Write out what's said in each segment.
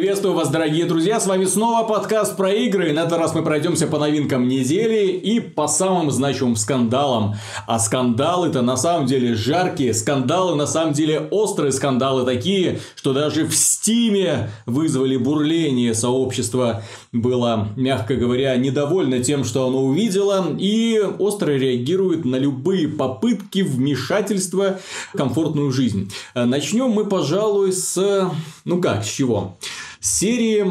Приветствую вас, дорогие друзья, с вами снова подкаст про игры. На этот раз мы пройдемся по новинкам недели и по самым значимым скандалам. А скандалы-то на самом деле жаркие, скандалы на самом деле острые, скандалы такие, что даже в Стиме вызвали бурление. Сообщество было, мягко говоря, недовольно тем, что оно увидело, и остро реагирует на любые попытки вмешательства в комфортную жизнь. Начнем мы, пожалуй, с чего? С серии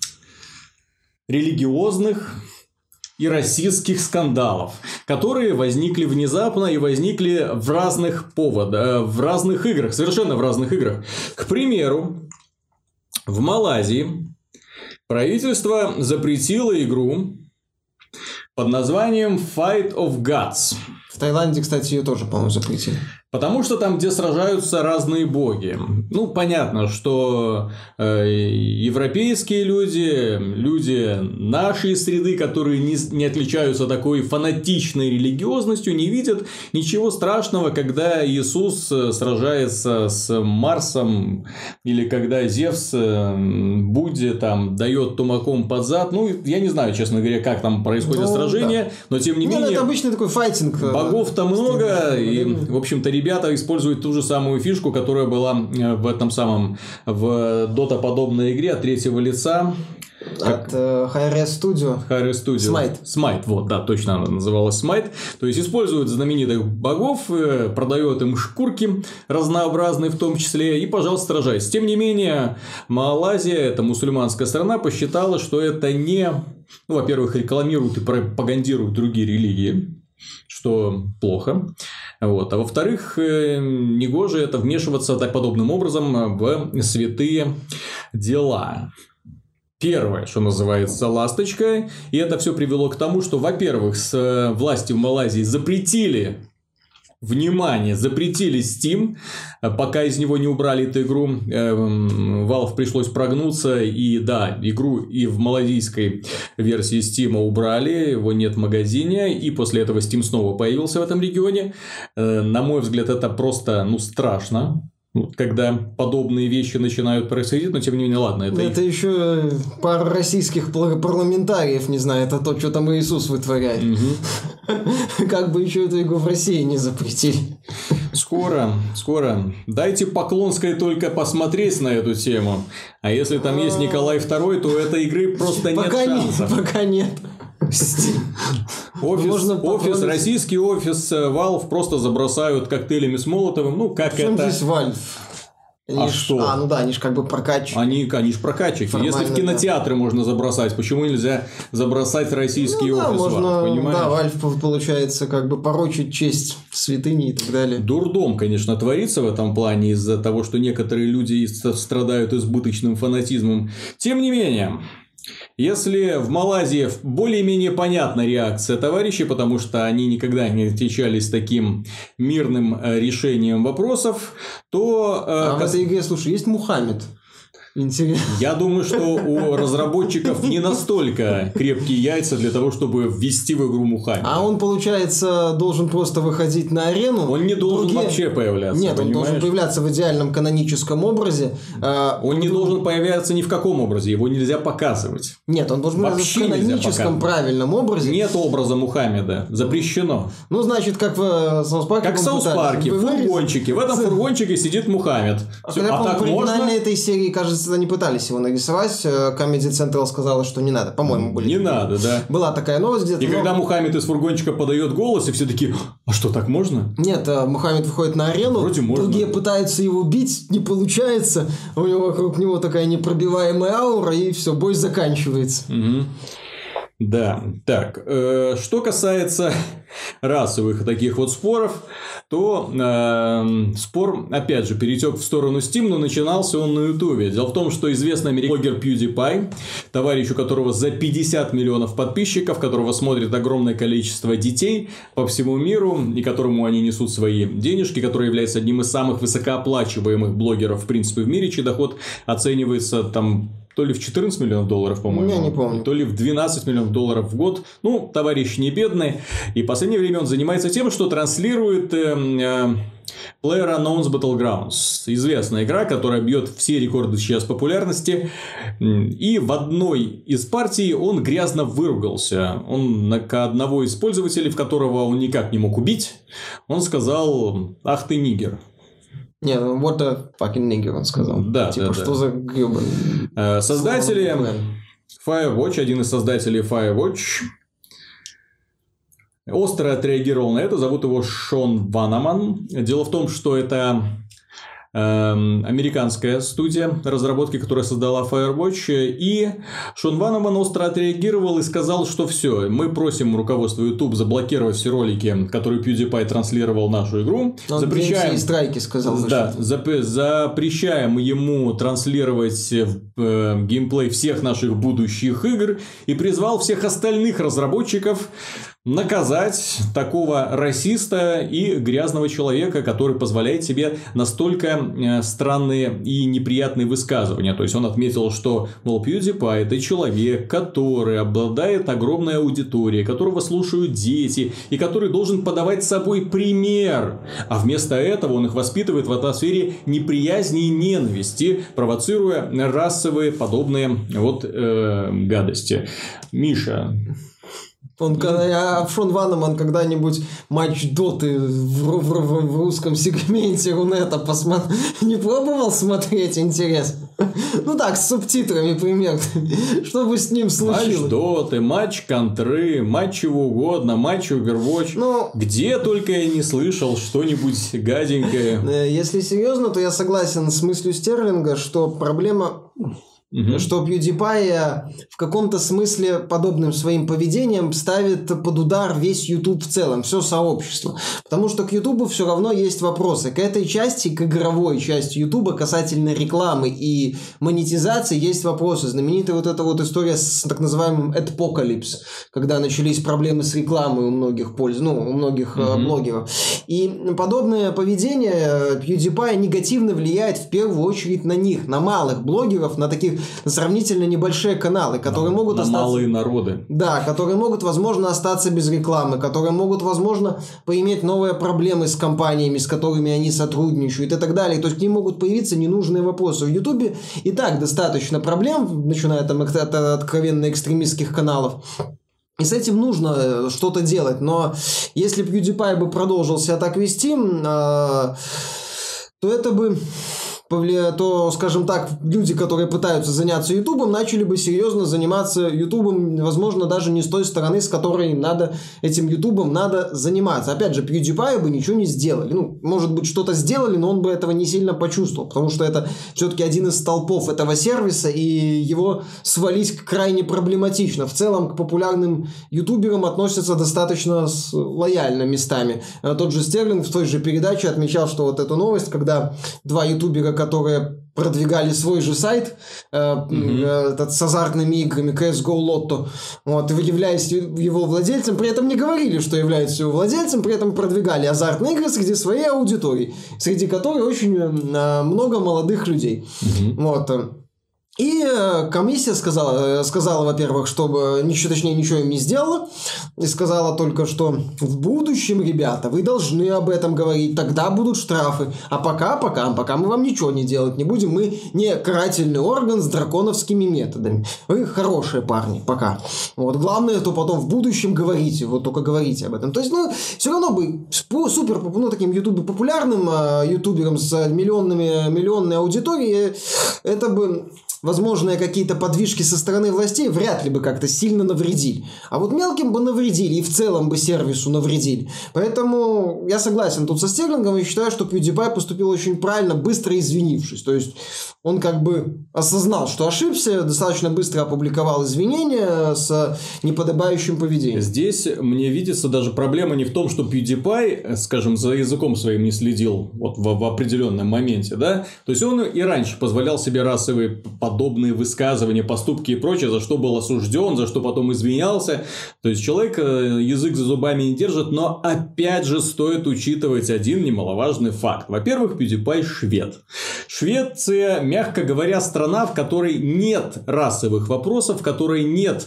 религиозных и российских скандалов, которые возникли внезапно и возникли в разных поводах, в разных играх, совершенно в разных играх. К примеру, в Малайзии правительство запретило игру под названием Fight of Gods. В Таиланде, кстати, ее тоже, по-моему, запретили. Потому что там, где сражаются разные боги. Понятно, что европейские люди нашей среды, которые не отличаются такой фанатичной религиозностью, не видят ничего страшного, когда Иисус сражается с Марсом, или когда Зевс Будде там дает тумаком под зад. Я не знаю, честно говоря, как там происходит сражение, да. Но тем не менее... это обычный такой файтинг. Богов-то много, и, в общем-то, ребята используют ту же самую фишку, которая была в этом самом, в дота-подобной игре от третьего лица. От Hi-Res Studio. Smite, вот, да, точно она называлась Smite. То есть, используют знаменитых богов, продает им шкурки разнообразные в том числе, и, пожалуйста, сражайся. Тем не менее, Малайзия, это мусульманская страна, посчитала, что это не... во-первых, рекламируют и пропагандируют другие религии, что плохо. А во-вторых, негоже это вмешиваться так подобным образом в святые дела. Первое, что называется, ласточка. И это все привело к тому, что, во-первых, с власти в Малайзии запретили Steam, пока из него не убрали эту игру. Valve пришлось прогнуться, и да, игру и в малайзийской версии Steam убрали, его нет в магазине, и после этого Steam снова появился в этом регионе. На мой взгляд, это просто, страшно, когда подобные вещи начинают происходить, но тем не менее, ладно. Это еще пара российских парламентариев не знает, это то, что там Иисус вытворяет. Как бы еще эту игру в России не запретили. Скоро. Дайте Поклонской только посмотреть на эту тему. А если там есть Николай II, то этой игры просто нет шансов. Пока нет. Российский офис Valve просто забросают коктейлями с Молотовым. Как это... Чем здесь Valve? Что? Они же как бы прокачивают. Они же прокачивают. Формально, если в кинотеатры можно забросать, почему нельзя забросать российский офис Valve, понимаешь? Да, Valve, получается, как бы порочить честь святыни и так далее. Дурдом, конечно, творится в этом плане из-за того, что некоторые люди страдают избыточным фанатизмом. Тем не менее... Если в Малайзии более-менее понятна реакция товарищей, потому что они никогда не отличались таким мирным решением вопросов, то... в этой игре, слушай, есть Мухаммед. Интересно. Я думаю, что у разработчиков не настолько крепкие яйца для того, чтобы ввести в игру Мухаммеда. А он, получается, должен просто выходить на арену. Он не должен вообще появляться. Нет, понимаешь? Он должен появляться в идеальном каноническом образе. Он не должен появляться ни в каком образе. Его нельзя показывать. Нет, он должен появляться в каноническом правильном образе. Нет образа Мухаммеда. Запрещено. Значит, как в Саус-Парке. Как в Саус-Парке. В фургончике. В этом фургончике сидит Мухаммед. А так в оригинальной этой серии, кажется, они пытались его нарисовать. Comedy Central сказала, что не надо. По-моему, были. Не надо, да. Была такая новость где-то. И когда Мухаммед из фургончика подает голос, и все такие: а что, так можно? Нет, Мухаммед выходит на арену. Вроде можно. Другие пытаются его бить, не получается. У него вокруг него такая непробиваемая аура, и все, бой заканчивается. Угу. Да, так, что касается расовых таких вот споров, то спор, опять же, перетек в сторону Steam, но начинался он на Ютубе. Дело в том, что известный американский блогер PewDiePie, товарищ, у которого за 50 миллионов подписчиков, которого смотрит огромное количество детей по всему миру, и которому они несут свои денежки, который является одним из самых высокооплачиваемых блогеров, в принципе, в мире, чей доход оценивается там то ли в 14 миллионов долларов, по-моему. Я не помню. То ли в 12 миллионов долларов в год. Ну, товарищ не бедный. И в последнее время он занимается тем, что транслирует PlayerUnknown's Battlegrounds. Известная игра, которая бьет все рекорды сейчас популярности. И в одной из партий он грязно выругался. Он на одного из пользователей, в которого он никак не мог убить, он сказал: «Ах ты нигер». Не, ну what the fucking nigger, он сказал. Да, типа, да, что да. за гребаный... Создатели Firewatch, один из создателей Firewatch, остро отреагировал на это. Зовут его Шон Ванаман. Дело в том, что это американская студия разработки, которая создала Firewatch. И Шон Ванаман остро отреагировал и сказал, что все, мы просим руководство YouTube заблокировать все ролики, которые PewDiePie транслировал нашу игру. Он Запрещаем... страйки сказал. Да, запрещаем ему транслировать геймплей всех наших будущих игр. И призвал всех остальных разработчиков наказать такого расиста и грязного человека, который позволяет себе настолько странные и неприятные высказывания. То есть он отметил, что, мол, PewDiePie — это человек, который обладает огромной аудиторией, которого слушают дети и который должен подавать собой пример. А вместо этого он их воспитывает в атмосфере неприязни и ненависти, провоцируя расовые подобные гадости. Миша... Шон Ванаман когда-нибудь матч Доты в русском сегменте Рунета не пробовал смотреть? Интересно. Ну так, с субтитрами примерно. Что бы с ним случилось? Матч Доты, матч Контры, матч чего угодно, матч Overwatch. Где только я не слышал что-нибудь гаденькое. Если серьезно, то я согласен с мыслью Стерлинга, что проблема... Что PewDiePie в каком-то смысле подобным своим поведением ставит под удар весь YouTube в целом, все сообщество. Потому что к YouTube все равно есть вопросы. К этой части, к игровой части YouTube касательно рекламы и монетизации есть вопросы. Знаменитая вот эта вот история с так называемым Adpocalypse, когда начались проблемы с рекламой у многих блогеров. И подобное поведение PewDiePie негативно влияет в первую очередь на них, на малых блогеров, на таких сравнительно небольшие каналы, которые могут остаться... малые народы. Да, которые могут, возможно, остаться без рекламы, которые могут, возможно, поиметь новые проблемы с компаниями, с которыми они сотрудничают и так далее. То есть к ним могут появиться ненужные вопросы. В Ютубе и так достаточно проблем, начиная там от откровенно экстремистских каналов. И с этим нужно что-то делать. Но если PewDiePie бы продолжил себя так вести, то это бы... то, скажем так, люди, которые пытаются заняться Ютубом, начали бы серьезно заниматься Ютубом, возможно, даже не с той стороны, с которой этим Ютубом надо заниматься. Опять же, PewDiePie бы ничего не сделали. Может быть, что-то сделали, но он бы этого не сильно почувствовал, потому что это все-таки один из столпов этого сервиса, и его свалить крайне проблематично. В целом, к популярным ютуберам относятся достаточно лояльно местами. Тот же Стерлинг в той же передаче отмечал, что вот эту новость, когда два ютубера, которые продвигали свой же сайт с азартными играми CSGO Lotto, являясь его владельцем, при этом не говорили, что являются его владельцем, при этом продвигали азартные игры среди своей аудитории, среди которой очень много молодых людей. И комиссия сказала, во-первых, чтобы ничего им не сделала, и сказала только, что в будущем, ребята, вы должны об этом говорить, тогда будут штрафы, а пока мы вам ничего не делать не будем, мы не карательный орган с драконовскими методами, вы хорошие парни, пока. Главное, то потом в будущем говорите, только говорите об этом. То есть, все равно бы супер, таким популярным ютубером с миллионной аудиторией, это бы... возможные какие-то подвижки со стороны властей вряд ли бы как-то сильно навредили. А вот мелким бы навредили, и в целом бы сервису навредили. Поэтому я согласен тут со Стерлингом и считаю, что PewDiePie поступил очень правильно, быстро извинившись. То есть он как бы осознал, что ошибся, достаточно быстро опубликовал извинения с неподобающим поведением. Здесь мне видится даже проблема не в том, что PewDiePie, скажем, за языком своим не следил в определенном моменте, да? То есть он и раньше позволял себе расовые подобные высказывания, поступки и прочее, за что был осужден, за что потом извинялся. То есть человек язык за зубами не держит, но опять же стоит учитывать один немаловажный факт. Во-первых, PewDiePie швед. Швеция, мягко говоря, страна, в которой нет расовых вопросов, в которой нет,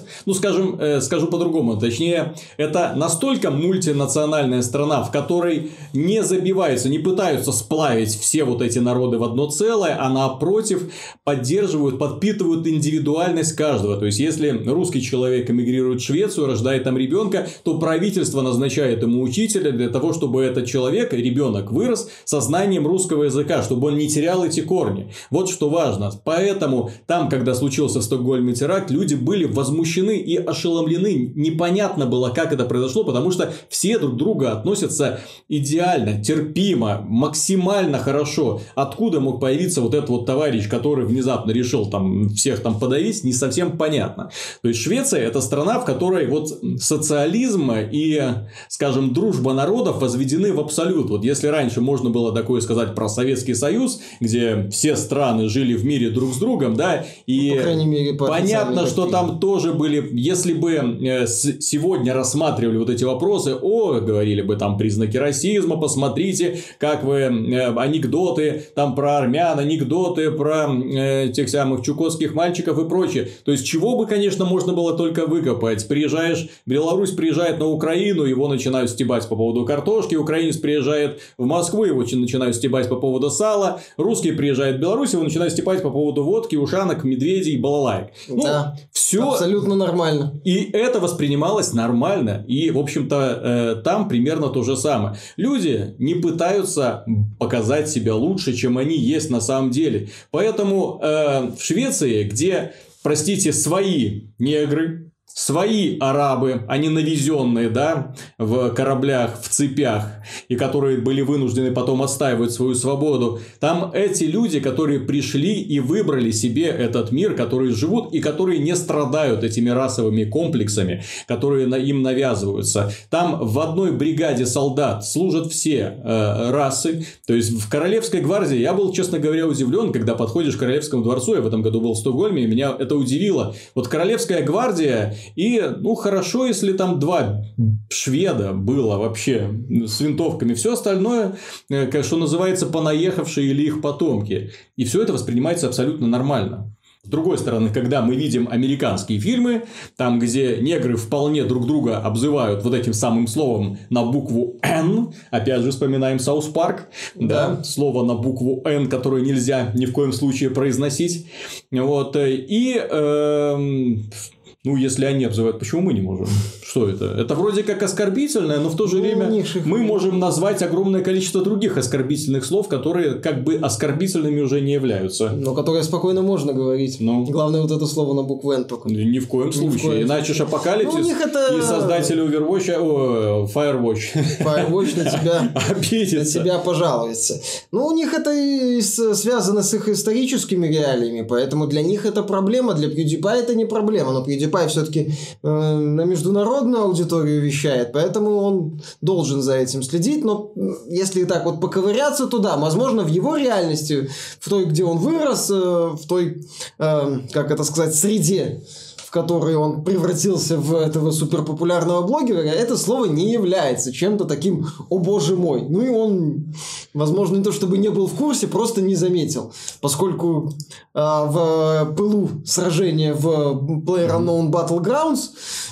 скажу по-другому, точнее, это настолько мультинациональная страна, в которой не забиваются, не пытаются сплавить все вот эти народы в одно целое, а напротив поддерживают, подпитывают индивидуальность каждого. То есть, если русский человек эмигрирует в Швецию, рождает там ребенка, то правительство назначает ему учителя для того, чтобы этот человек, ребенок, вырос со знанием русского языка, чтобы он не терял эти корни. Вот что важно. Поэтому там, когда случился в Стокгольме теракт, люди были возмущены и ошеломлены. Непонятно было, как это произошло, потому что все друг к другу относятся идеально, терпимо, максимально хорошо. Откуда мог появиться вот этот вот товарищ, который внезапно решил там всех там подавить, не совсем понятно. То есть, Швеция — это страна, в которой вот социализм и, скажем, дружба народов возведены в абсолют. Вот если раньше можно было такое сказать про Советский Союз, где все страны жили в мире друг с другом, да, и по крайней мере, понятно, что там тоже были, если бы сегодня рассматривали вот эти вопросы, говорили бы там признаки расизма, посмотрите, как вы анекдоты там про армян, анекдоты про тех самых чукотских мальчиков и прочее. То есть, чего бы, конечно, можно было только выкопать. Приезжаешь, Беларусь приезжает на Украину, его начинают стебать по поводу картошки, украинец приезжает в Москву, его начинают стебать по поводу сала, русский приезжает в Беларусь, его начинают стебать по поводу водки, ушанок, медведей, балалайк. Да, все абсолютно нормально. И это воспринималось нормально. И, в общем-то, там примерно то же самое. Люди не пытаются показать себя лучше, чем они есть на самом деле. Поэтому в Швеции, где, простите, свои негры, свои арабы, они навезенные, да, в кораблях, в цепях, и которые были вынуждены потом отстаивать свою свободу. Там эти люди, которые пришли и выбрали себе этот мир, которые живут и которые не страдают этими расовыми комплексами, которые им навязываются. Там в одной бригаде солдат служат все расы. То есть, в Королевской гвардии я был, честно говоря, удивлен, когда подходишь к Королевскому дворцу. Я в этом году был в Стокгольме, и меня это удивило. Вот Королевская гвардия. И, хорошо, если там 2 шведа было вообще с винтовками. Все остальное, что называется, понаехавшие или их потомки. И все это воспринимается абсолютно нормально. С другой стороны, когда мы видим американские фильмы, там, где негры вполне друг друга обзывают вот этим самым словом на букву «Н», опять же вспоминаем «Саус Парк», да, слово на букву «Н», которое нельзя ни в коем случае произносить. Вот, и... если они обзывают, почему мы не можем? Что это? Это вроде как оскорбительное, но в то же время мы можем назвать огромное количество других оскорбительных слов, которые как бы оскорбительными уже не являются. Но которые спокойно можно говорить. Главное вот это слово на букву «Н» только. Ни в коем случае. Иначе ж Апокалипсис и создатели Overwatch, Firewatch на тебя обидится. На тебя пожалуется. У них это и связано с их историческими реалиями, поэтому для них это проблема, для PewDiePie это не проблема, но PewDiePie все-таки на международную аудиторию вещает, поэтому он должен за этим следить, но если так вот поковыряться туда, возможно, в его реальности, в той, где он вырос, в той, как это сказать, среде, в которой он превратился в этого суперпопулярного блогера, это слово не является чем-то таким «О боже мой». И он, возможно, не то чтобы не был в курсе, просто не заметил. Поскольку в пылу сражения в PlayerUnknown Battlegrounds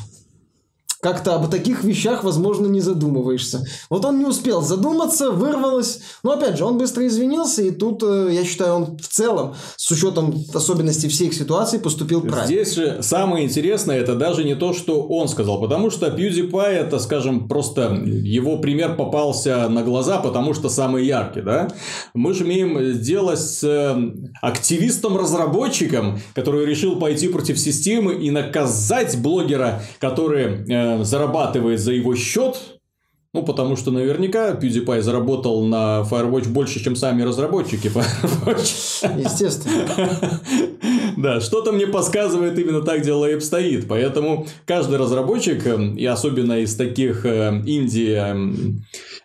как-то об таких вещах, возможно, не задумываешься. Вот он не успел задуматься, вырвалось. Но, опять же, он быстро извинился, и тут, я считаю, он в целом, с учетом особенностей всех ситуаций, поступил правильно. Здесь же самое интересное, это даже не то, что он сказал, потому что PewDiePie, это, скажем, просто его пример попался на глаза, потому что самый яркий, да? Мы же имеем дело с активистом-разработчиком, который решил пойти против системы и наказать блогера, который зарабатывает за его счет. Потому что наверняка PewDiePie заработал на Firewatch больше, чем сами разработчики Firewatch. Естественно. Да, что-то мне подсказывает, именно так дело и обстоит. Поэтому каждый разработчик, и особенно из таких инди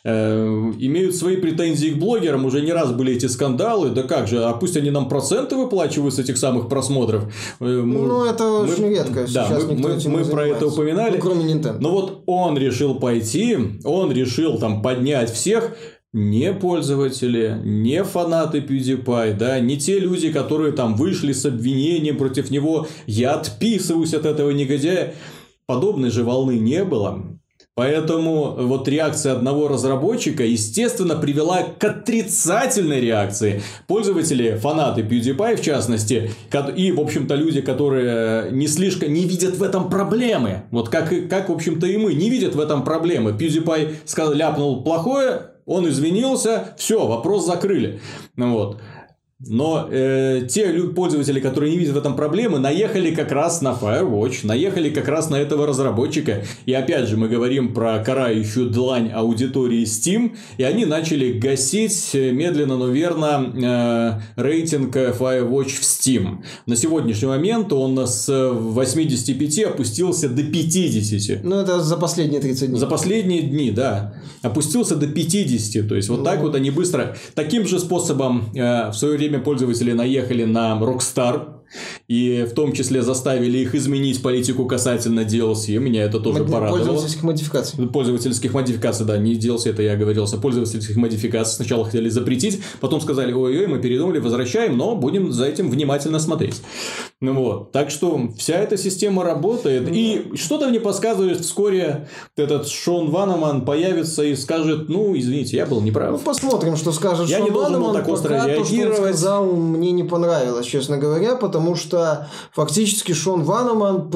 имеют свои претензии к блогерам. Уже не раз были эти скандалы. Да как же, а пусть они нам проценты выплачивают с этих самых просмотров. Это очень редко. Да, мы про это упоминали. Кроме Nintendo. Но вот он решил пойти, он решил там поднять всех. Не пользователи, не фанаты PewDiePie, да, не те люди, которые там вышли с обвинением против него. Я отписываюсь от этого негодяя. Подобной же волны не было. Поэтому вот реакция одного разработчика, естественно, привела к отрицательной реакции. Пользователи, фанаты PewDiePie в частности, и, в общем-то, люди, которые не видят в этом проблемы. Вот как в общем-то, и мы не видят в этом проблемы. PewDiePie ляпнул плохое, он извинился, все, вопрос закрыли. Вот. Но те пользователи, которые не видят в этом проблемы, наехали как раз на Firewatch, наехали как раз на этого разработчика. И опять же мы говорим про карающую длань аудитории Steam. И они начали гасить медленно, но верно рейтинг Firewatch в Steam. На сегодняшний момент он с 85 опустился до 50. Ну это за последние 30 дней. За последние дни, да. Опустился до 50. То есть вот так вот они быстро. Таким же способом в свое время пользователи наехали на Rockstar. И в том числе заставили их изменить политику касательно DLC. Меня это тоже порадовало. Пользовательских модификаций. Пользовательских модификаций, да, не DLC, это я оговорился. Пользовательских модификаций сначала хотели запретить, потом сказали, ой-ой, мы передумали, возвращаем, но будем за этим внимательно смотреть. Ну вот, так что вся эта система работает. И что-то мне подсказывает, вскоре этот Шон Ваннеман появится и скажет, ну, извините, я был неправ. Ну, посмотрим, что скажет Шон Ваннеман. Так остро реагировать. То, что он сказал, мне не понравилось, честно говоря, потому что фактически Шон Ваннеман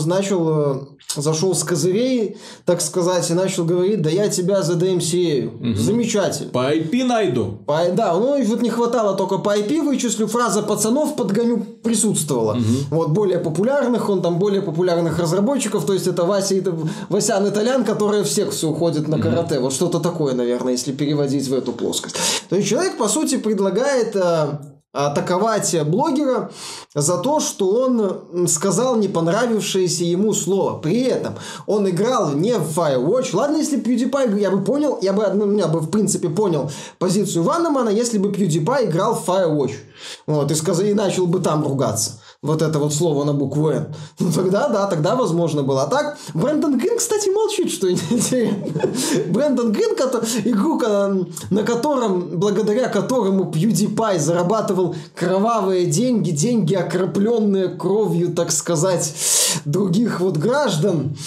зашел с козырей, так сказать, и начал говорить, да я тебя за DMCA. Замечательно. По IP найду. Да, ну и вот не хватало только по IP вычислю, фраза пацанов подгоню присутствовала. Вот более популярных разработчиков, то есть это Васян Итальян, которые в секцию уходят на карате. Вот что-то такое, наверное, если переводить в эту плоскость. То есть человек, по сути, предлагает атаковать блогера за то, что он сказал не понравившееся ему слово. При этом он играл не в Firewatch. Ладно, если PewDiePie, я бы в принципе понял позицию Ваннемана, если бы PewDiePie играл в Firewatch. Вот, и начал бы там ругаться. Вот это вот слово на букву N. Ну, тогда возможно было. А так, Брэндон Грин, кстати, молчит, что интересно. Брэндон Грин, игру, благодаря которому PewDiePie зарабатывал кровавые деньги, окропленные кровью, так сказать, других вот граждан,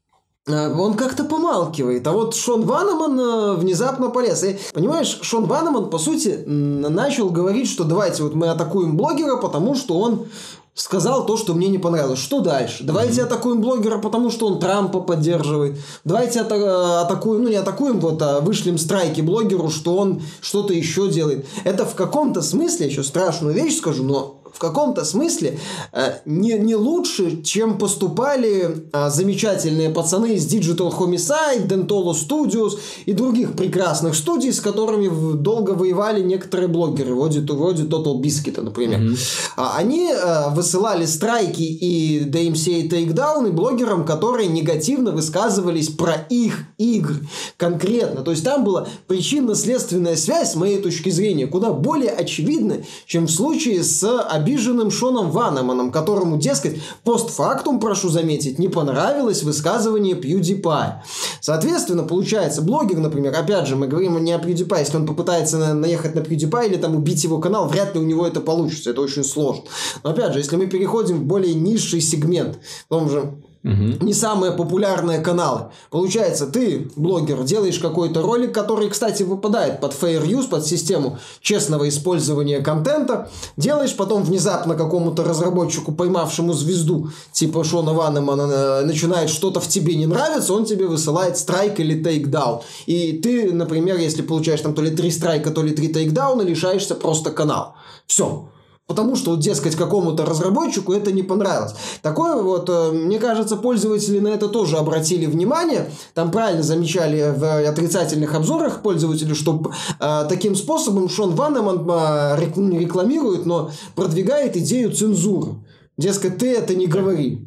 он как-то помалкивает. А вот Шон Ваннеман внезапно полез. И, понимаешь, Шон Ваннеман, по сути, начал говорить, что давайте вот мы атакуем блогера, потому что он сказал то, что мне не понравилось. Что дальше? Давайте атакуем блогера, потому что он Трампа поддерживает. Давайте атакуем, вышлем страйки блогеру, что он что-то еще делает. Это в каком-то смысле, я еще страшную вещь скажу, но в каком-то смысле не лучше, чем поступали замечательные пацаны из Digital Homicide, Dentolo Studios и других прекрасных студий, с которыми долго воевали некоторые блогеры, вроде Total Biscuit, например. Они высылали страйки и DMCA тейкдауны блогерам, которые негативно высказывались про их игры конкретно. То есть там была причинно-следственная связь, с моей точки зрения, куда более очевидна, чем в случае с обиженным Шоном Ваннеманом, которому, дескать, постфактум, прошу заметить, не понравилось высказывание PewDiePie. Соответственно, получается, блогер, например, опять же, мы говорим не о PewDiePie, если он попытается наехать на PewDiePie или там убить его канал, вряд ли у него это получится, это очень сложно. Но опять же, если мы переходим в более низший сегмент, в том же не самые популярные каналы. Получается, ты, блогер, делаешь какой-то ролик, который, кстати, выпадает под fair use, под систему честного использования контента. Делаешь, потом внезапно какому-то разработчику, поймавшему звезду, типа Шона Ваннемана, начинает что-то в тебе не нравится, он тебе высылает страйк или тейкдаун. И ты, например, если получаешь там то ли 3 страйка, то ли 3 тейкдауна, лишаешься просто канала. Все. Потому что, дескать, какому-то разработчику это не понравилось. Такое вот, мне кажется, пользователи на это тоже обратили внимание. Там правильно замечали в отрицательных обзорах пользователи, что таким способом Шон Ваннеман не рекламирует, но продвигает идею цензуры. Дескать, ты это не говори.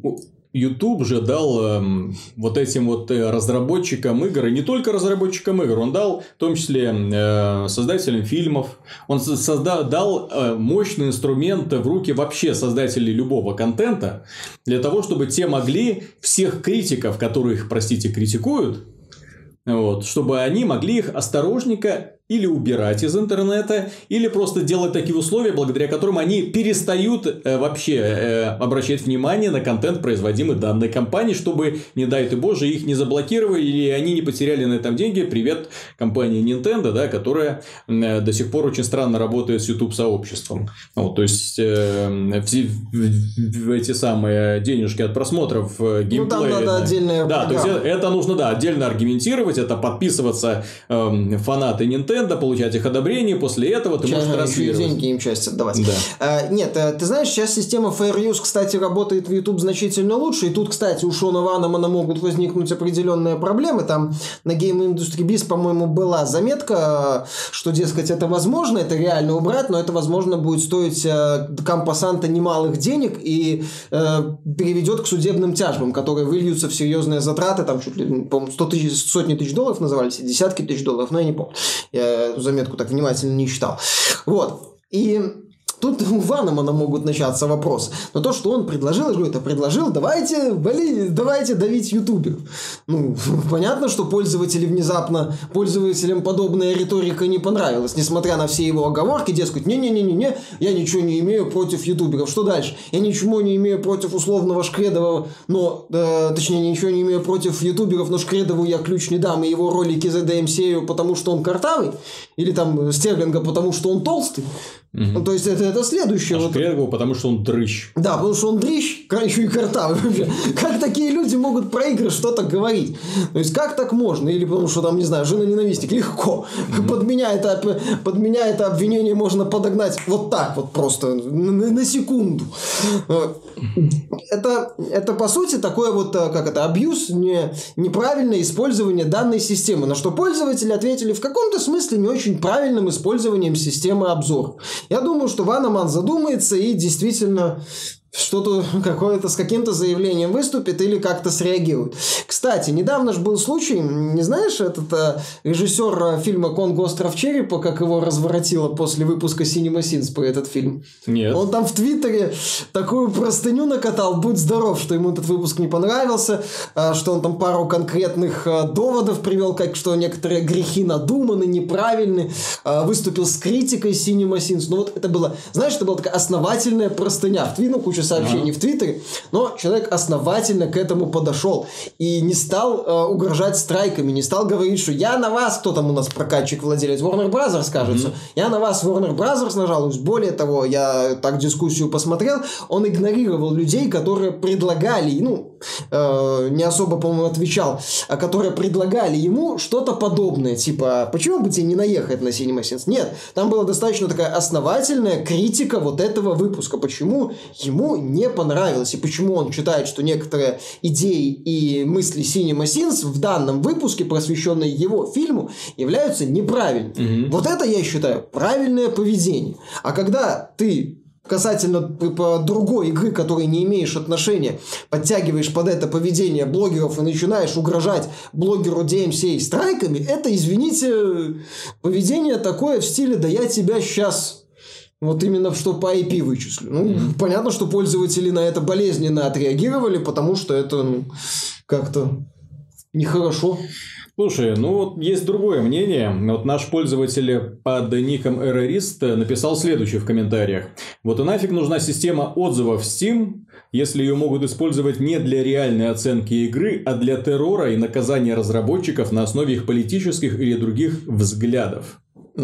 YouTube же дал вот этим вот разработчикам игр, и не только разработчикам игр, он дал в том числе создателям фильмов, он дал мощный инструмент в руки вообще создателей любого контента, для того, чтобы те могли всех критиков, которые их, простите, критикуют, вот, чтобы они могли их осторожненько или убирать из интернета, или просто делать такие условия, благодаря которым они перестают вообще обращать внимание на контент, производимый данной компанией, чтобы, не дай ты боже, их не заблокировали, или они не потеряли на этом деньги. Привет компании Nintendo, да, которая до сих пор очень странно работает с YouTube-сообществом. Вот, то есть, эти самые денежки от просмотров геймплея. Ну, там надо отдельная программа. То есть, это нужно, да, отдельно аргументировать, это подписываться фанаты Nintendo, получать их одобрение, после этого ты можешь транслировать. Еще и деньги им часть отдавать. Да. Нет, ты знаешь, сейчас система Fair Use, кстати, работает в YouTube значительно лучше, и тут, кстати, у Шона Ванемана могут возникнуть определенные проблемы. Там на Game Industry Biz, по-моему, была заметка, что, дескать, это возможно, это реально убрать, но это, возможно, будет стоить компасанта немалых денег и приведет к судебным тяжбам, которые выльются в серьезные затраты, там чуть ли, по-моему, сотни тысяч долларов назывались, десятки тысяч долларов, но я не помню. Я эту заметку так внимательно не читал. Вот. И тут у Ванемана могут начаться вопросы. Но то, что он предложил, я говорю, давайте давить ютуберов. Ну, понятно, что пользователям подобная риторика не понравилась, несмотря на все его оговорки, дескать, не-не-не-не, я ничего не имею против ютуберов. Что дальше? Я ничего не имею против условного Шкредова, точнее, ничего не имею против ютуберов, но Шкредову я ключ не дам, и его ролики за DMCA, потому что он картавый, или там Стерлинга, потому что он толстый. Ну, то есть, это следующее. А Шкредову, потому что он дрыщ. Да, потому что он дрыщ, еще и картавый. Как такие люди могут про игры что-то говорить? То есть, как так можно? Или потому что там, не знаю, жена-ненавистник. Легко. Под меня это обвинение можно подогнать вот так вот просто, на секунду. Это по сути, такое вот, абьюз, неправильное использование данной системы. На что пользователи ответили в каком-то смысле не очень правильным использованием системы обзора. Я думаю, что Ванеман задумается и действительно что-то какое-то с каким-то заявлением выступит или как-то среагирует. Кстати, недавно же был случай, не знаешь, этот режиссер фильма «Конго. Остров Черепа», как его разворотило после выпуска Cinema Sins про этот фильм? Нет. Он там в Твиттере такую простыню накатал, будь здоров, что ему этот выпуск не понравился, что он там пару конкретных доводов привел, как что некоторые грехи надуманы, неправильны, выступил с критикой Cinema Sins. Ну вот это было, знаешь, это была такая основательная простыня. В Твиттере куча сообщений в Твиттере, но человек основательно к этому подошел и не стал угрожать страйками, не стал говорить, что я на вас, кто там у нас прокатчик, владелец Warner Brothers, кажется, я на вас Warner Brothers нажалуюсь. Более того, я так дискуссию посмотрел, он игнорировал людей, которые предлагали, не особо, по-моему, отвечал, а которые предлагали ему что-то подобное, типа, почему бы тебе не наехать на Cinema Sins? Нет, там была достаточно такая основательная критика вот этого выпуска, почему ему не понравилось и почему он считает, что некоторые идеи и мысли Cinema Sins в данном выпуске, посвященные его фильму, являются неправильными. Вот это, я считаю, правильное поведение. А когда ты касательно другой игры, которой не имеешь отношения, подтягиваешь под это поведение блогеров и начинаешь угрожать блогеру DMCA страйками, это, извините, поведение такое в стиле «да я тебя сейчас...» Вот именно что по IP вычислю. Понятно, что пользователи на это болезненно отреагировали, потому что это как-то нехорошо. Слушай, есть другое мнение. Вот наш пользователь под ником Errorist написал следующее в комментариях. Вот и нафиг нужна система отзывов в Steam, если ее могут использовать не для реальной оценки игры, а для террора и наказания разработчиков на основе их политических или других взглядов.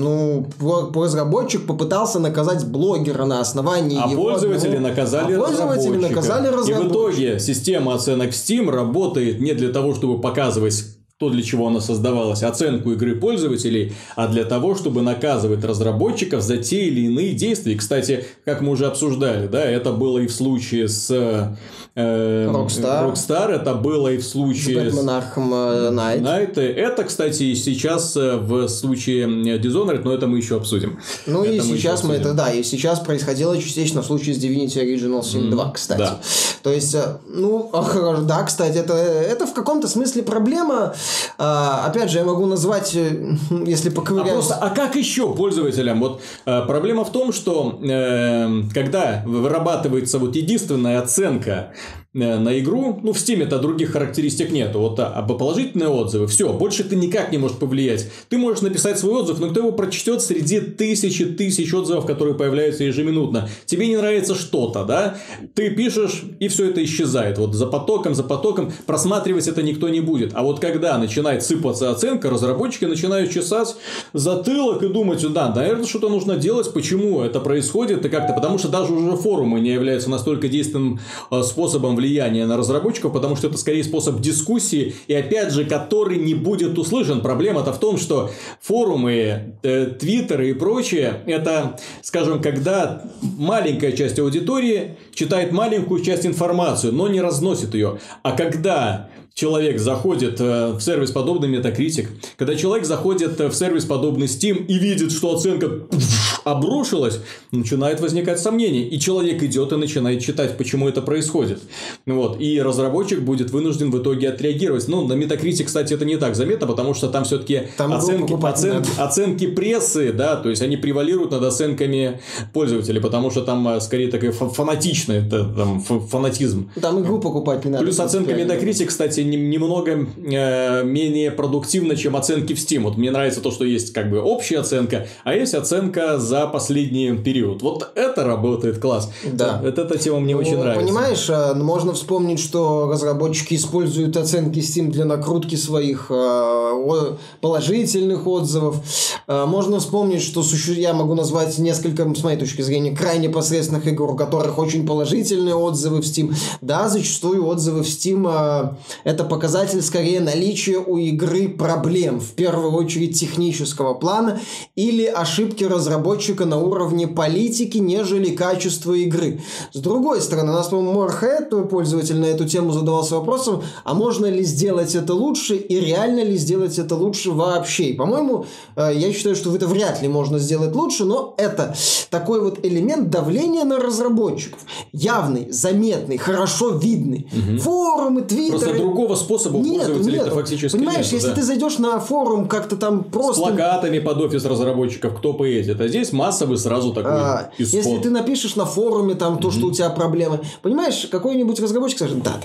Разработчик попытался наказать блогера на основании его... Пользователи наказали разработчика. И в итоге система оценок Steam работает не для того, чтобы показывать то, для чего она создавалась, оценку игры пользователей, а для того, чтобы наказывать разработчиков за те или иные действия. И, кстати, как мы уже обсуждали, да, это было и в случае с Rockstar, это было и в случае с Batman Arkham Knight. Это, кстати, и сейчас в случае Dishonored, но это мы еще обсудим. И сейчас происходило частично в случае с Divinity Original Sin 2, кстати. Да. То есть, да, кстати, это в каком-то смысле проблема. Опять же, я могу назвать, если поковыряюсь... А как еще пользователям? Вот проблема в том, что когда вырабатывается вот единственная оценка на игру, в Steam-то других характеристик нету, вот положительные отзывы, все, больше ты никак не можешь повлиять. Ты можешь написать свой отзыв, но кто его прочтет среди тысяч отзывов, которые появляются ежеминутно? Тебе не нравится что-то, да? Ты пишешь, и все это исчезает. Вот за потоком, просматривать это никто не будет. А вот когда начинает сыпаться оценка, разработчики начинают чесать затылок и думать, да, наверное, что-то нужно делать, почему это происходит, и как-то, потому что даже уже форумы не являются настолько действенным способом влияния на разработчиков, потому что это скорее способ дискуссии, и опять же, который не будет услышан. Проблема-то в том, что форумы, твиттеры и прочее, это, скажем, когда маленькая часть аудитории читает маленькую часть информации, но не разносит ее. А когда человек заходит в сервис подобный Metacritic, когда человек заходит в сервис подобный Steam и видит, что оценка обрушилась, начинает возникать сомнения. И человек идет и начинает читать, почему это происходит. Вот. И разработчик будет вынужден в итоге отреагировать. На Metacritic, кстати, это не так заметно, потому что там все-таки оценки прессы, да, то есть они превалируют над оценками пользователей, потому что там скорее такой фанатичный фанатизм. Там игру покупать не надо. Плюс оценка Metacritic, кстати, немного менее продуктивна, чем оценки в Steam. Вот мне нравится то, что есть как бы общая оценка, а есть оценка за последний период. Вот это работает класс. Да. Эта тема мне очень нравится. Понимаешь, можно вспомнить, что разработчики используют оценки Steam для накрутки своих положительных отзывов. Можно вспомнить, что я могу назвать несколько, с моей точки зрения, крайне посредственных игр, у которых очень положительные отзывы в Steam. Да, зачастую отзывы в Steam это показатель скорее наличия у игры проблем, в первую очередь технического плана, или ошибки разработчика на уровне политики, нежели качества игры. С другой стороны, у нас, по-моему, Morehead, пользователь, на эту тему задавался вопросом, а можно ли сделать это лучше и реально ли сделать это лучше вообще? И, по-моему, я считаю, что это вряд ли можно сделать лучше, но это такой вот элемент давления на разработчиков. Явный, заметный, хорошо видный. Форумы, твиттеры. Просто другого способа у пользователей это фактически понимаешь, нету, если да. ты зайдешь на форум как-то там просто... С плакатами под офис разработчиков, кто поедет. А здесь массовый сразу такой исход. Если ты напишешь на форуме там то, что у тебя проблемы, понимаешь, какой-нибудь разработчик скажет, да,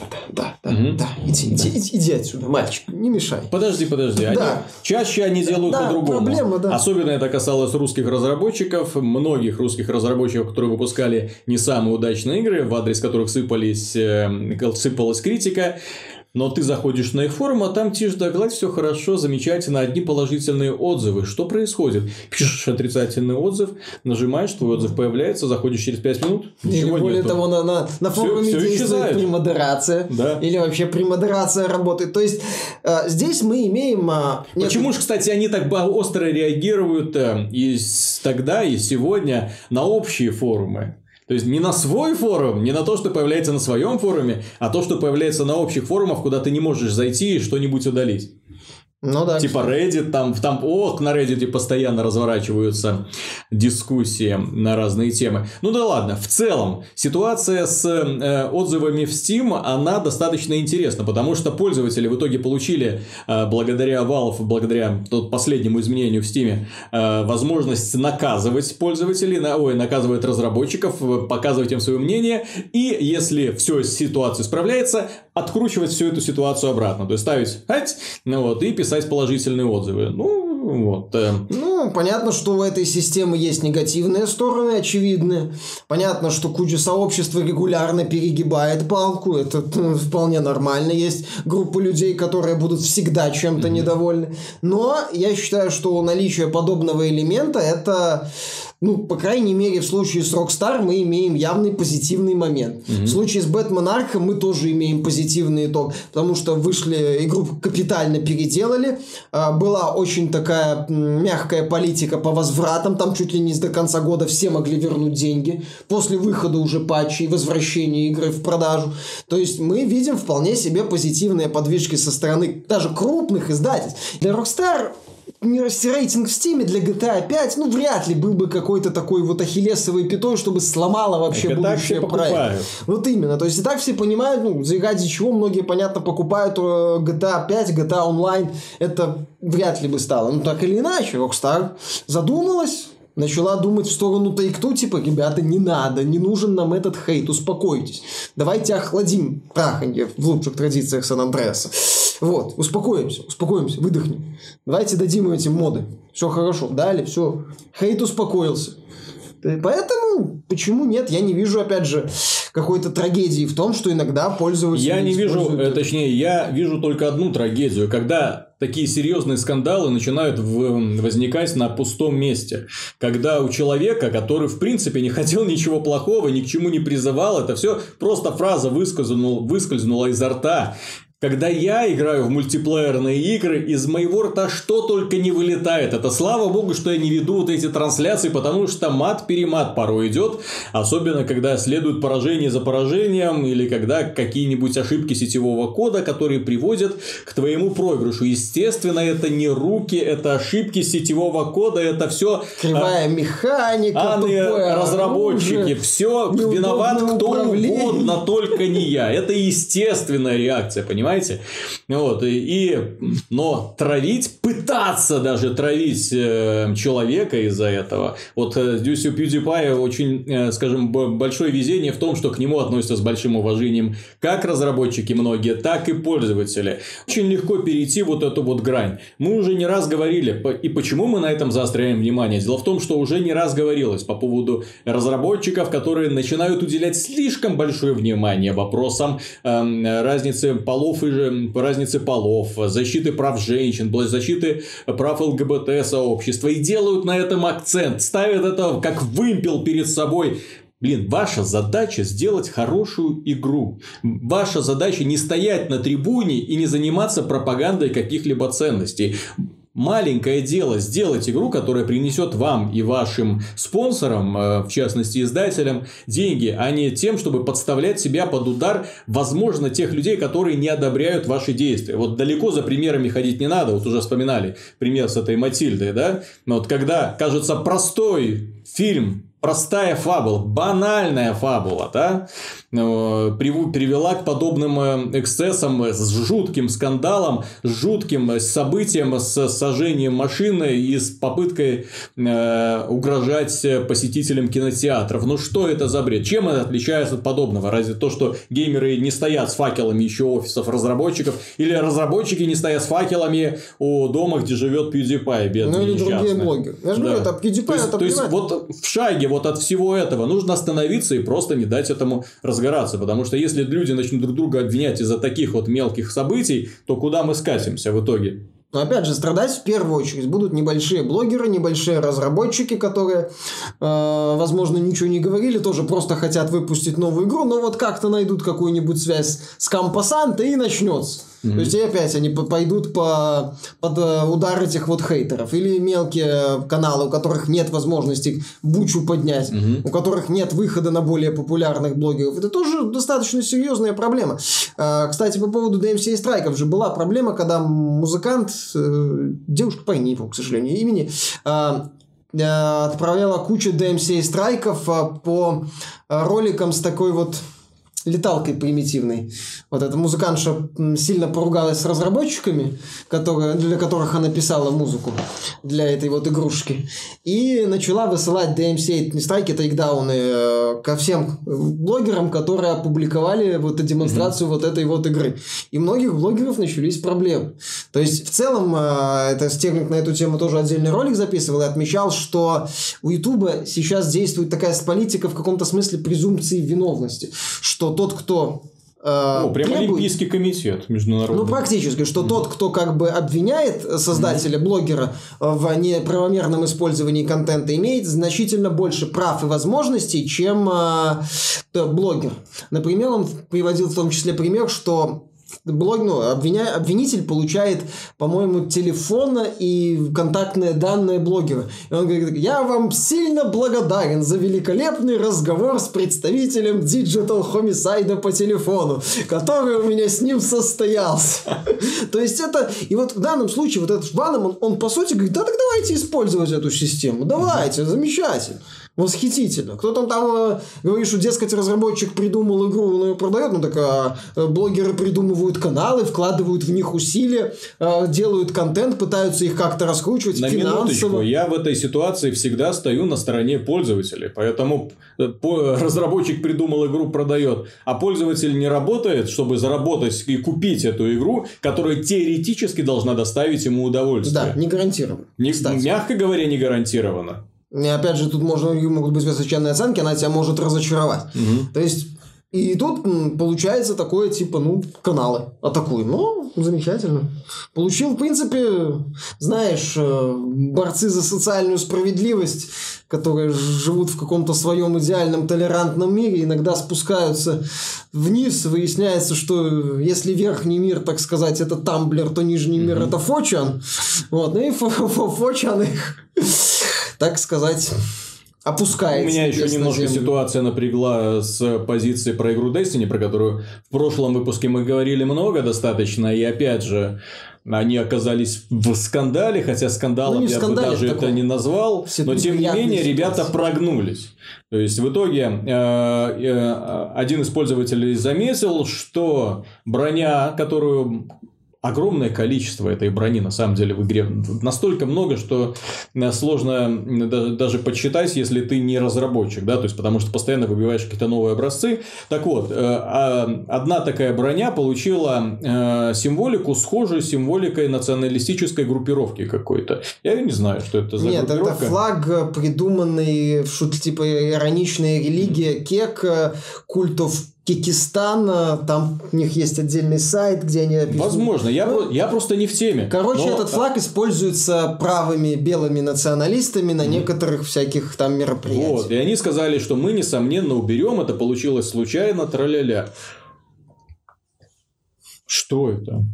иди отсюда, мальчик, не мешай. Подожди. Чаще они делают по-другому. Проблема, да. Особенно это касалось русских разработчиков, многих русских разработчиков, которые выпускали не самые удачные игры, в адрес которых сыпалась критика. Но ты заходишь на их форум, а там тишь да гладь, все хорошо, замечательно, одни положительные отзывы. Что происходит? Пишешь отрицательный отзыв, нажимаешь, твой отзыв появляется, заходишь через 5 минут, ничего более нету. того, на форуме все действует исчезает. Премодерация. Да. Или вообще премодерация работает. То есть, здесь мы имеем... Почему же, кстати, они так остро реагируют и тогда, и сегодня на общие форумы? То есть не на свой форум, не на то, что появляется на своем форуме, а то, что появляется на общих форумах, куда ты не можешь зайти и что-нибудь удалить. Ну да. Типа Reddit, на Reddit постоянно разворачиваются дискуссии на разные темы. Ну да ладно, в целом ситуация с отзывами в Steam, она достаточно интересна, потому что пользователи в итоге получили благодаря Valve, благодаря последнему изменению в Steam, возможность наказывать пользователей, наказывать разработчиков, показывать им свое мнение, и если все с ситуацией справляется, откручивать всю эту ситуацию обратно, то есть ставить и писать положительные отзывы. Понятно, что у этой системы есть негативные стороны, очевидные. Понятно, что куча сообщества регулярно перегибает палку. Это вполне нормально. Есть группа людей, которые будут всегда чем-то недовольны. Но я считаю, что наличие подобного элемента это... по крайней мере, в случае с Rockstar мы имеем явный позитивный момент. В случае с Batman Arkham мы тоже имеем позитивный итог, потому что игру капитально переделали, была очень такая мягкая политика по возвратам, там чуть ли не до конца года все могли вернуть деньги, после выхода уже патчей, возвращения игры в продажу. То есть мы видим вполне себе позитивные подвижки со стороны даже крупных издательств. Для Rockstar рейтинг в Steam для GTA 5, ну, вряд ли был бы какой-то такой вот ахиллесовой пятой, чтобы сломало вообще будущее проекта. Вот именно. То есть, и так все понимают, ну, ради чего многие, понятно, покупают GTA 5, GTA Online. Это вряд ли бы стало. Ну, так или иначе, Rockstar задумалась, начала думать в сторону Take-Two, типа, ребята, не надо, не нужен нам этот хейт, успокойтесь. Давайте охладим траханье в лучших традициях Сан-Андреаса. Вот, успокоимся, выдохнем. Давайте дадим им эти моды. Все хорошо, дали, все. Хейт успокоился. Поэтому, почему нет? Я не вижу, опять же, какой-то трагедии в том, что иногда пользователи... Я не вижу, точнее, я вижу только одну трагедию, когда такие серьезные скандалы начинают возникать на пустом месте. Когда у человека, который, в принципе, не хотел ничего плохого, ни к чему не призывал, это все просто фраза выскользнула изо рта. Когда я играю в мультиплеерные игры, из моего рта что только не вылетает. Это слава богу, что я не веду вот эти трансляции, потому что мат-перемат порой идет. Особенно, когда следует поражение за поражением, или когда какие-нибудь ошибки сетевого кода, которые приводят к твоему проигрышу. Естественно, это не руки, это ошибки сетевого кода, это все... Кривая механика, тупое разработчики. оружие, все виноват кто угодно, только не я. Это естественная реакция, понимаете? Вот, но пытаться даже травить человека из-за этого. Вот Дюсю PewDiePie очень, скажем, большое везение в том, что к нему относятся с большим уважением как разработчики многие, так и пользователи. Очень легко перейти вот эту вот грань. Мы уже не раз говорили, и почему мы на этом заостряем внимание? Дело в том, что уже не раз говорилось по поводу разработчиков, которые начинают уделять слишком большое внимание вопросам разницы полов защиты прав женщин, защиты прав ЛГБТ-сообщества. И делают на этом акцент. Ставят это как вымпел перед собой. Блин, ваша задача сделать хорошую игру. Ваша задача не стоять на трибуне и не заниматься пропагандой каких-либо ценностей. Маленькое дело сделать игру, которая принесет вам и вашим спонсорам, в частности издателям, деньги, а не тем, чтобы подставлять себя под удар, возможно, тех людей, которые не одобряют ваши действия. Вот далеко за примерами ходить не надо. Вот уже вспоминали пример с этой Матильдой, да? Но вот когда, кажется, простой фильм, простая фабула, банальная фабула, да, привела к подобным эксцессам, с жутким скандалом, с жутким событием, с сожжением машины и с попыткой угрожать посетителям кинотеатров. Ну, что это за бред? Чем это отличается от подобного? Разве то, что геймеры не стоят с факелами еще офисов разработчиков, или разработчики не стоят с факелами у дома, где живет PewDiePie, бедный, ну, или несчастный. другие блогеры. Я же говорю, это PewDiePie, то есть, вот в шаге вот от всего этого нужно остановиться и просто не дать этому разгораться. Потому что если люди начнут друг друга обвинять из-за таких вот мелких событий, то куда мы скатимся в итоге? Но опять же, страдать в первую очередь будут небольшие блогеры, небольшие разработчики, которые, возможно, ничего не говорили, тоже просто хотят выпустить новую игру, но вот как-то найдут какую-нибудь связь с Кампо-Санто и начнется. То есть, и опять они пойдут под удар этих вот хейтеров. Или мелкие каналы, у которых нет возможности бучу поднять, у которых нет выхода на более популярных блогеров. Это тоже достаточно серьезная проблема. Кстати, по поводу DMCA страйков же была проблема, когда музыкант, девушка, не помню, к сожалению, имени, отправляла кучу DMCA страйков по роликам с такой вот леталкой примитивной. Вот эта музыкантша сильно поругалась с разработчиками, для которых она писала музыку для этой вот игрушки. И начала высылать DMCA страйки, тейкдауны ко всем блогерам, которые опубликовали вот эту демонстрацию вот этой вот игры. И многих блогеров начались проблемы. То есть, в целом, это Стерлинг на эту тему тоже отдельный ролик записывал и отмечал, что у Ютуба сейчас действует такая политика в каком-то смысле презумпции виновности. Что тот, кто прям Олимпийский комитет международный. Ну, практически, что тот, кто как бы обвиняет создателя, блогера в неправомерном использовании контента, имеет значительно больше прав и возможностей, чем блогер. Например, он приводил в том числе пример, что обвинитель получает, по-моему, телефон и контактные данные блогера. И он говорит: я вам сильно благодарен за великолепный разговор с представителем Digital Homicide по телефону, который у меня с ним состоялся. То есть это... И вот в данном случае вот этот Ваннам, он по сути говорит: да так давайте использовать эту систему. Давайте, замечательно. Восхитительно. Кто-то там говорит, что, дескать, разработчик придумал игру, он ее продает, ну так блогеры придумывают каналы, вкладывают в них усилия, делают контент, пытаются их как-то раскручивать финансово. Минуточку, я в этой ситуации всегда стою на стороне пользователей, поэтому разработчик придумал игру, продает, а пользователь не работает, чтобы заработать и купить эту игру, которая теоретически должна доставить ему удовольствие. Да, не гарантированно. Мягко говоря, не гарантированно. И опять же, тут могут быть высоченные оценки, она тебя может разочаровать. То есть, и тут получается такое, типа, каналы атакуем. Ну, замечательно. Получил, в принципе, знаешь, борцы за социальную справедливость, которые живут в каком-то своем идеальном толерантном мире, иногда спускаются вниз, выясняется, что если верхний мир, так сказать, это Тамблер, то нижний мир это Фочан. Вот, и Фочан их... так сказать, опускается. У меня еще немножко ситуация напрягла с позиции про игру Destiny, про которую в прошлом выпуске мы говорили много достаточно, и опять же, они оказались в скандале, хотя скандалом я бы даже это не назвал, но тем не менее ребята прогнулись. То есть в итоге один из пользователей заметил, что броня, которую... Огромное количество этой брони, на самом деле, в игре. Настолько много, что сложно даже подсчитать, если ты не разработчик. Да? То есть, потому что постоянно выбиваешь какие-то новые образцы. Так вот, одна такая броня получила символику, схожую с символикой националистической группировки какой-то. Я не знаю, что это за группировка. Нет, это флаг, придуманный в типа ироничная религия Кек, культов Кекистан, там у них есть отдельный сайт, где они описывают. Возможно, я просто не в теме. Короче, этот флаг используется правыми белыми националистами на некоторых всяких там мероприятиях. Вот, и они сказали, что мы, несомненно, уберем, это получилось случайно, тра-ля-ля. Что это?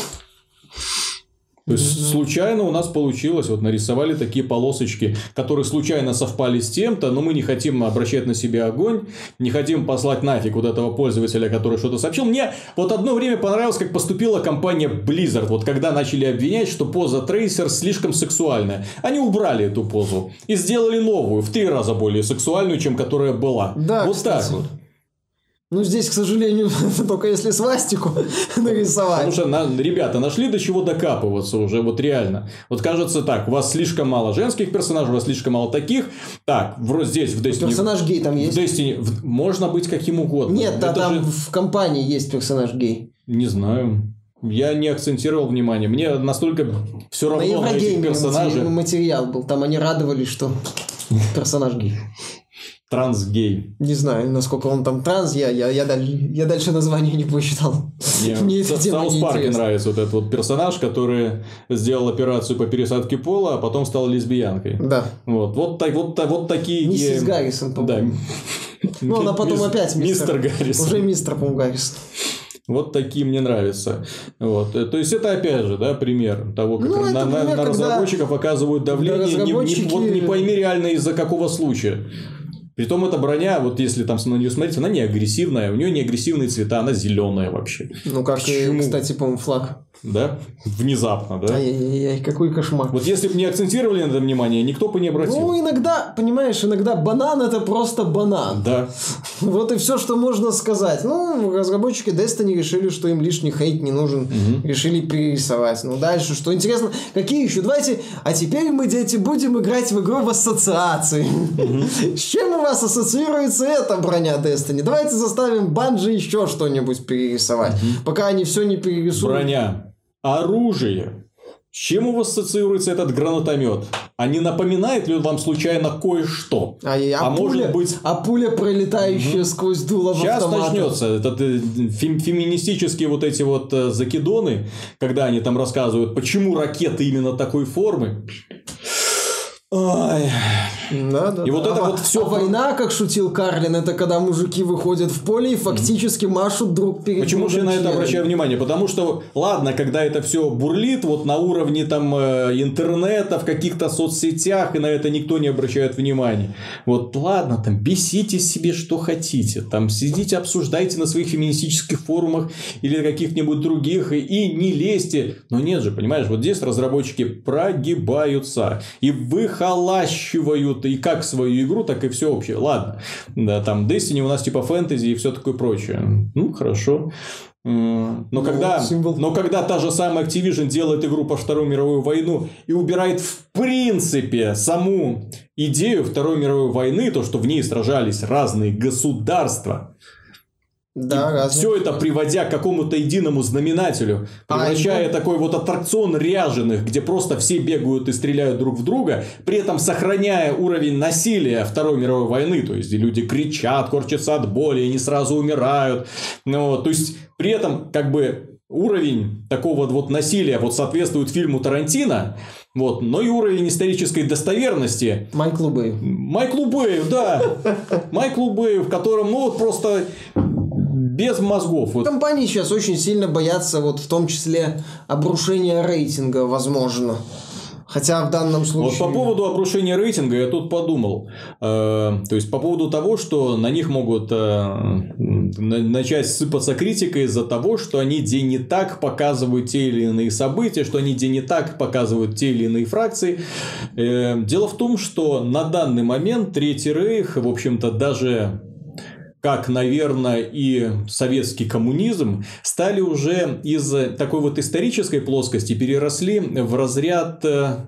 То есть, случайно у нас получилось, вот нарисовали такие полосочки, которые случайно совпали с тем-то, но мы не хотим обращать на себя огонь, не хотим послать нафиг вот этого пользователя, который что-то сообщил. Мне вот одно время понравилось, как поступила компания Blizzard, вот когда начали обвинять, что поза Tracer слишком сексуальная. Они убрали эту позу и сделали новую, в 3 раза более сексуальную, чем которая была. Да, вот кстати. так вот. Ну, здесь, к сожалению, только если свастику нарисовать. Потому что ребята нашли до чего докапываться уже, вот реально. Вот кажется так, у вас слишком мало женских персонажей, у вас слишком мало таких. Так, здесь в Destiny... Персонаж гей там есть? В Destiny можно быть каким угодно. Нет, там в компании есть персонаж гей. Не знаю. Я не акцентировал внимание. Мне настолько все равно на этих персонажей. Материал был. Там они радовались, что персонаж гей. Трансгей. Не знаю, насколько он там транс, я дальше название не посчитал. Мне в Саус Парке нравится вот этот вот персонаж, который сделал операцию по пересадке пола, а потом стал лесбиянкой. Да. Вот такие... Миссис Гаррисон, по-моему. Да. Ну, она потом опять мистер Гаррисон. Уже мистер, по-моему, Гаррисон. Вот такие мне нравятся. Вот. То есть, это опять же, да, пример того, как на разработчиков оказывают давление, не пойми реально из-за какого случая. Притом эта броня, вот если там на нее смотреть, она не агрессивная, у нее не агрессивные цвета, она зеленая вообще. Ну, как и, кстати, по-моему, флаг. Да? Внезапно, да? Ай-яй-яй, какой кошмар. Вот если бы не акцентировали на это внимание, никто бы не обратил. Ну, иногда, понимаешь, банан это просто банан. Да. Вот и все, что можно сказать. Ну, разработчики Destiny решили, что им лишний хейт не нужен. Решили перерисовать. Ну, дальше, что интересно, какие еще? Давайте, а теперь мы, дети, будем играть в игру в ассоциации. С чем у вас ассоциируется эта броня Destiny? Давайте заставим Bungie еще что-нибудь перерисовать. Пока они все не перерисуют. Броня. Оружие. С чем у вас ассоциируется этот гранатомет? А не напоминает ли он вам случайно кое-что? Может быть... А пуля, пролетающая сквозь дуло в автомат. Сейчас начнется. Этот феминистические вот эти вот закидоны, когда они там рассказывают, почему ракеты именно такой формы. Ой... Да. И вот это вот все. А война, как шутил Карлин, это когда мужики выходят в поле и фактически машут друг перед другом. Почему же я на это обращаю внимание? Потому что, ладно, когда это все бурлит вот на уровне там интернета, в каких-то соцсетях, и на это никто не обращает внимания. Вот ладно, там бесите себе что хотите, там сидите, обсуждайте на своих феминистических форумах или каких-нибудь других и не лезьте. Но нет же, понимаешь, вот здесь разработчики прогибаются и выхолащивают и как свою игру, так и все общее. Ладно, да, там Destiny у нас типа фэнтези и все такое прочее. Ну, хорошо. Но когда та же самая Activision делает игру по Второй мировой войну и убирает в принципе саму идею Второй мировой войны, то, что в ней сражались разные государства, да, все это приводя к какому-то единому знаменателю, превращая такой вот аттракцион ряженых, где просто все бегают и стреляют друг в друга, при этом сохраняя уровень насилия Второй мировой войны, то есть где люди кричат, корчатся от боли и не сразу умирают, то есть при этом как бы уровень такого вот насилия вот соответствует фильму Тарантино, вот, но и уровень исторической достоверности Майклу Бэю, да. Майклу Бэю, в котором, ну, вот просто без мозгов. Вот. Компании сейчас очень сильно боятся, вот в том числе, обрушения рейтинга, возможно. Хотя в данном случае... Вот по поводу обрушения рейтинга я тут подумал. То есть, по поводу того, что на них могут начать сыпаться критика из-за того, что они где не так показывают те или иные события, что они где не так показывают те или иные фракции. Дело в том, что на данный момент Третий Рейх, в общем-то, даже... как, наверное, и советский коммунизм, стали уже из такой вот исторической плоскости переросли в разряд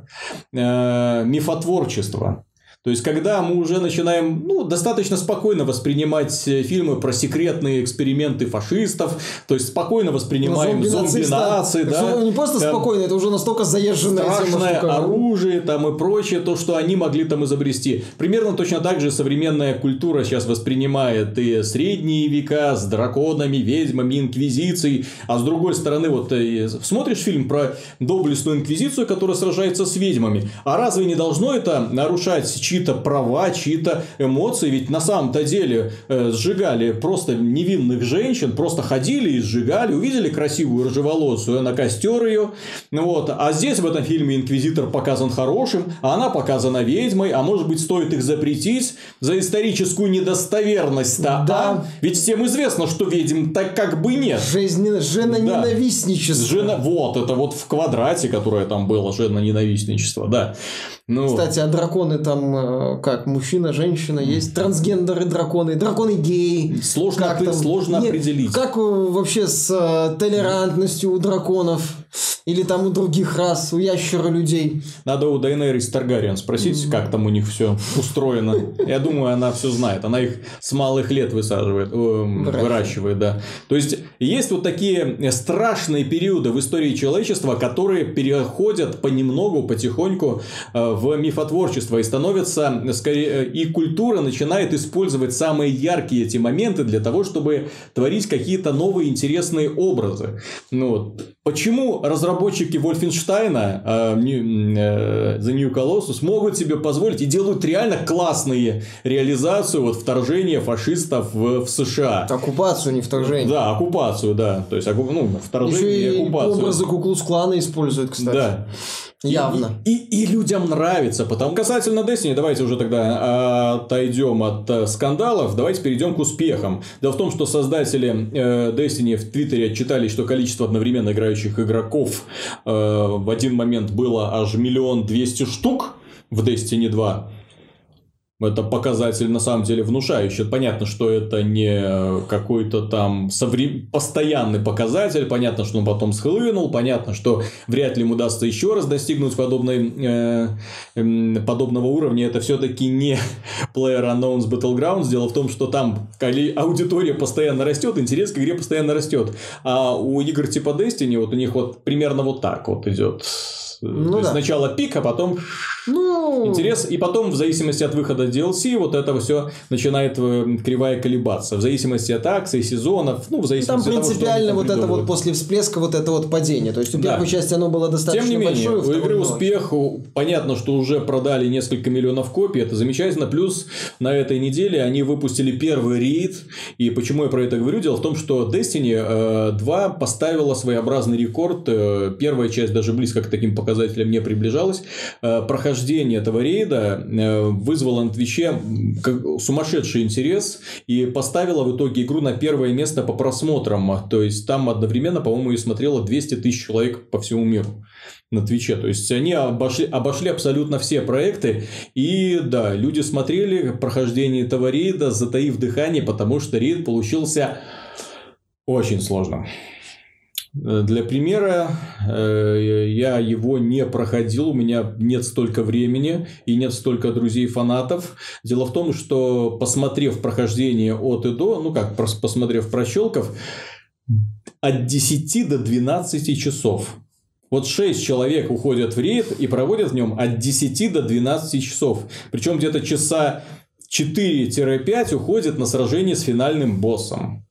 мифотворчества. То есть, когда мы уже начинаем достаточно спокойно воспринимать фильмы про секретные эксперименты фашистов, то есть, спокойно воспринимаем зомби-нации. Да, не просто спокойно, это уже настолько заезженное страшное оружие там, и прочее, то, что они могли там изобрести. Примерно точно так же современная культура сейчас воспринимает и средние века с драконами, ведьмами, инквизицией. А с другой стороны, вот смотришь фильм про доблестную инквизицию, которая сражается с ведьмами. А разве не должно это нарушать чьи-то права, чьи-то эмоции? Ведь на самом-то деле сжигали просто невинных женщин, просто ходили и сжигали, увидели красивую рыжеволосую, на костер ее. Вот. А здесь в этом фильме инквизитор показан хорошим, а она показана ведьмой. А может быть, стоит их запретить за историческую недостоверность? Да. Ведь всем известно, что ведьм так как бы нет. Женоненавистничество. Вот, это вот в квадрате, которое там было, женоненавистничество, да. Кстати, а драконы там как? Мужчина, женщина, есть трансгендеры драконы, драконы геи. Сложно определить. Как вообще с толерантностью у драконов? Или там у других рас, у ящера людей? Надо у Дейенерис Таргариен спросить, как там у них все устроено. Я думаю, она все знает. Она их с малых лет выращивает, да. То есть, есть вот такие страшные периоды в истории человечества, которые переходят понемногу, потихоньку в мифотворчество и становятся, скорее, и культура начинает использовать самые яркие эти моменты для того, чтобы творить какие-то новые интересные образы. Почему разработчики Wolfenstein, The New Colossus, могут себе позволить и делают реально классные реализацию вот вторжения фашистов в США? Оккупацию, не вторжение. Да, оккупацию, да. То есть, вторжение и оккупацию. Образы Ку-клукс-клана используют, кстати. Да. Явно. И людям нравится. Потому касательно Destiny, давайте уже тогда отойдем от скандалов, давайте перейдем к успехам. Дело в том, что создатели Destiny в Твиттере отчитались, что количество одновременно играющих игроков в один момент было аж 1 200 000 штук в Destiny 2. Это показатель, на самом деле, внушающий. Понятно, что это не какой-то там постоянный показатель. Понятно, что он потом схлынул. Понятно, что вряд ли ему удастся еще раз достигнуть подобного уровня. Это все-таки не PlayerUnknown's Battlegrounds. Дело в том, что там аудитория постоянно растет, интерес к игре постоянно растет. А у игр типа Destiny, вот у них вот примерно вот так вот идет. То есть сначала пик, а потом интерес, и потом в зависимости от выхода DLC вот это все начинает кривая колебаться. В зависимости от акций, сезонов, в зависимости там от того, принципиально вот это вот после всплеска вот это вот падение. То есть у первой части оно было достаточно большое. Тем не менее, большое, у игры успех, понятно, что уже продали несколько миллионов копий, это замечательно. Плюс на этой неделе они выпустили первый рейд. И почему я про это говорю? Дело в том, что Destiny 2 поставила своеобразный рекорд. Первая часть даже близко к таким показателям не приближалась. Прохождение этого рейда вызвало на Твиче сумасшедший интерес и поставило в итоге игру на первое место по просмотрам. То есть там одновременно, по-моему, ее смотрело 200 тысяч человек по всему миру на Твиче. То есть они обошли абсолютно все проекты. И да, люди смотрели прохождение этого рейда, затаив дыхание, потому что рейд получился очень сложным. Для примера, я его не проходил, у меня нет столько времени и нет столько друзей-фанатов. Дело в том, что посмотрев прохождение от и до, посмотрев прощелков, от 10 до 12 часов. Вот 6 человек уходят в рейд и проводят в нем от 10 до 12 часов. Причем где-то часа 4-5 уходят на сражение с финальным боссом.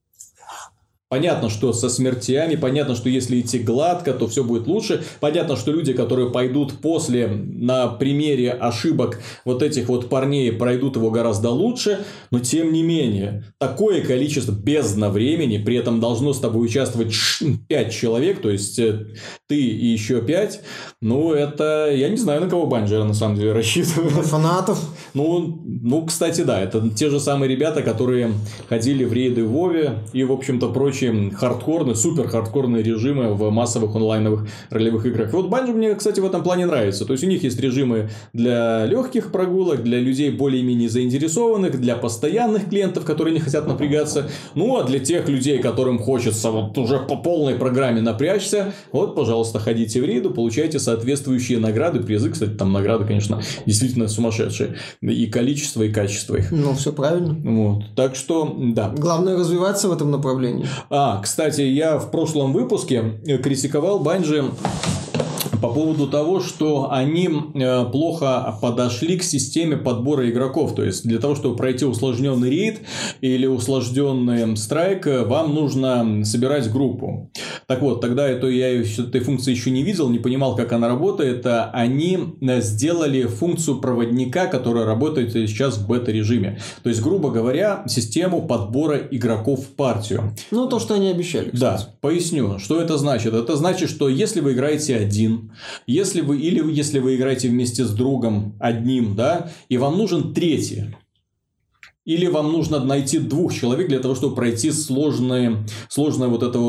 Понятно, что со смертями, понятно, что если идти гладко, то все будет лучше. Понятно, что люди, которые пойдут после, на примере ошибок вот этих вот парней, пройдут его гораздо лучше. Но тем не менее, такое количество бездна времени, при этом должно с тобой участвовать 5 человек, то есть ты и еще 5. Это, я не знаю, на кого Bungie на самом деле рассчитывает. На фанатов. Кстати, да, это те же самые ребята, которые ходили в рейды в Вове и, в общем-то, прочие хардкорные, супер хардкорные режимы в массовых онлайновых ролевых играх. И вот Bungie мне, кстати, в этом плане нравится. То есть, у них есть режимы для легких прогулок, для людей более-менее заинтересованных, для постоянных клиентов, которые не хотят напрягаться. А для тех людей, которым хочется вот уже по полной программе напрячься, вот, пожалуйста, ходите в рейду, получайте соответствующие награды, призы. Кстати, там награды, конечно, действительно сумасшедшие. И количество, и качество их. Все правильно. Так что, да. Главное развиваться в этом направлении. Кстати, я в прошлом выпуске критиковал Bungie по поводу того, что они плохо подошли к системе подбора игроков. То есть, для того, чтобы пройти усложненный рейд или усложненный страйк, вам нужно собирать группу. Так вот, тогда я этой функции еще не видел, не понимал, как она работает. Они сделали функцию проводника, которая работает сейчас в бета-режиме. То есть, грубо говоря, систему подбора игроков в партию. То, что они обещали, кстати. Да, поясню, что это значит. Это значит, что если вы играете один, если вы играете вместе с другом одним, да, и вам нужен третий, или вам нужно найти 2 человек для того, чтобы пройти сложный вот это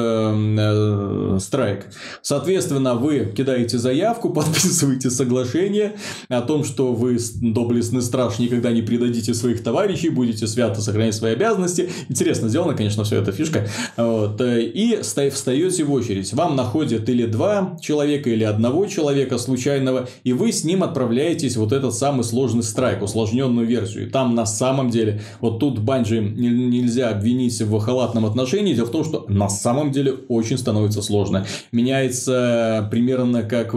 вот страйк. Соответственно, вы кидаете заявку, подписываете соглашение о том, что вы доблестный страж, никогда не предадите своих товарищей, будете свято сохранять свои обязанности. Интересно сделано, конечно, все это фишка. И встаете в очередь. Вам находят или 2 человека, или 1 человека случайного, и вы с ним отправляетесь в вот этот самый сложный страйк, усложненную версию. И там на самом деле, вот тут Bungie нельзя обвинить в халатном отношении. Дело в том, что на самом деле очень становится сложно. Меняется примерно как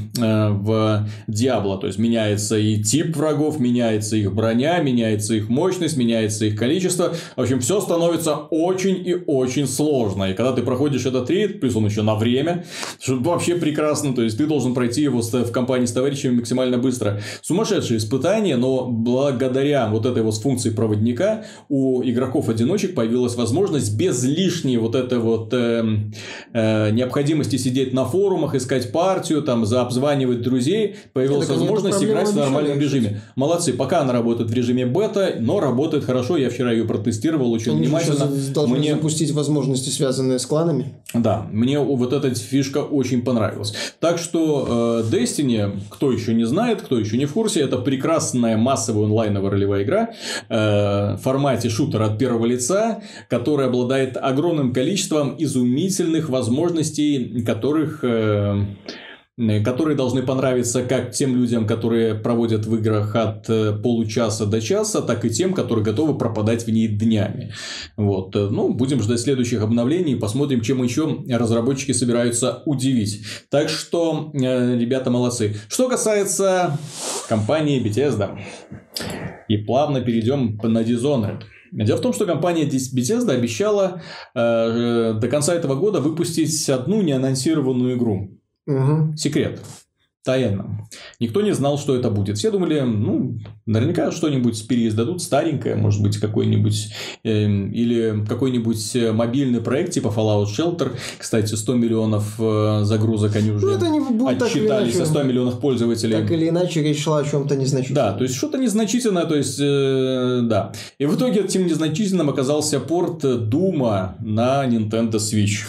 в Diablo. То есть, меняется и тип врагов, меняется их броня, меняется их мощность, меняется их количество. В общем, все становится очень и очень сложно. И когда ты проходишь этот рейд, плюс он еще на время, что вообще прекрасно. То есть, ты должен пройти его в компании с товарищами максимально быстро. Сумасшедшее испытание, но благодаря вот этой вот функции проводника у игроков-одиночек появилась возможность без лишней вот этой вот необходимости сидеть на форумах, искать партию, там, обзванивать друзей, появилась возможность играть в нормальном режиме. Молодцы, пока она работает в режиме бета, но работает хорошо, я вчера ее протестировал очень внимательно. Должны запустить возможности, связанные с кланами. Да, мне вот эта фишка очень понравилась. Так что Destiny, кто еще не знает, кто еще не в курсе, это прекрасная массовая онлайновая ролевая игра в формате шутера от первого лица, который обладает огромным количеством изумительных возможностей, которых которые должны понравиться как тем людям, которые проводят в играх от получаса до часа, так и тем, которые готовы пропадать в ней днями. Вот. Ну, будем ждать следующих обновлений и посмотрим, чем еще разработчики собираются удивить. Так что, ребята, молодцы. Что касается компании Bethesda. И плавно перейдем на Dishonored. Дело в том, что компания Bethesda обещала до конца этого года выпустить одну неанонсированную игру. Угу. Секрет. Тайна. Никто не знал, что это будет. Все думали, ну, наверняка что-нибудь переиздадут старенькое, может быть, какой-нибудь или какой-нибудь мобильный проект типа Fallout Shelter. Кстати, 100 миллионов загрузок они уже отчитали со 100 миллионов пользователей. Так или иначе, речь шла о чем-то незначительном. Да, то есть что-то незначительное, то есть, да. И в итоге этим незначительным оказался порт Doom на Nintendo Switch.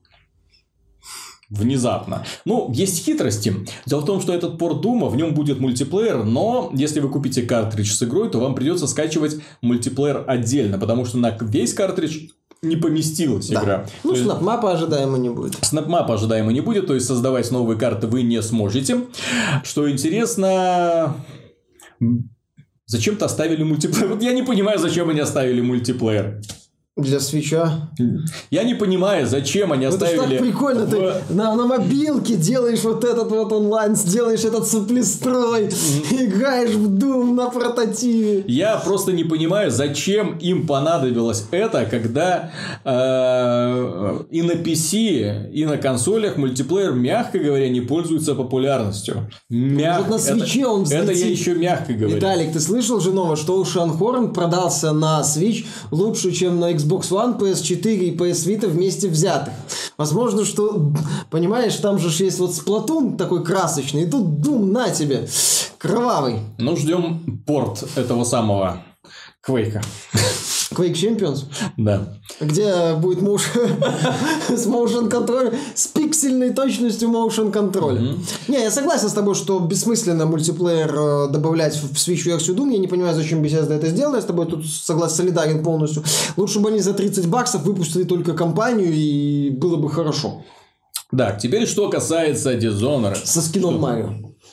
Внезапно. Ну, есть хитрости. Дело в том, что этот порт Doom, в нем будет мультиплеер, но если вы купите картридж с игрой, то вам придется скачивать мультиплеер отдельно, потому что на весь картридж не поместилась игра. Ну, снапмапа ожидаемо не будет. Снапмапа ожидаемо не будет, то есть создавать новые карты вы не сможете. Что интересно, зачем-то оставили мультиплеер. Вот я не понимаю, зачем они оставили мультиплеер. Для свитча. Я не понимаю, зачем они оставили... Это ж так прикольно. Ты на мобилке делаешь вот этот вот онлайн, сделаешь этот соплестрой, играешь в Doom на прототипе. Я просто не понимаю, зачем им понадобилось это, когда и на PC, и на консолях мультиплеер, мягко говоря, не пользуется популярностью. Может, на свитче он взлетит. Это я еще мягко говорю. Виталик, ты слышал же новое, что Ocean Horn продался на Switch лучше, чем на Xbox One, PS4 и PS Vita вместе взятых. Возможно, что, понимаешь, там же есть вот Splatoon такой красочный, и тут Doom на тебе, кровавый. Ну, ждем порт этого самого Quake'а. Quake Champions? Да. Где будет с motion контролем, с пиксельной точностью motion контроля. Не, я согласен с тобой, что бессмысленно мультиплеер добавлять в Switch-версию Doom. Я не понимаю, зачем Bethesda это сделала. Я с тобой тут солидарен полностью. Лучше бы они за $30 выпустили только компанию, и было бы хорошо. Да, теперь что касается Dishonored. Со скином Марио.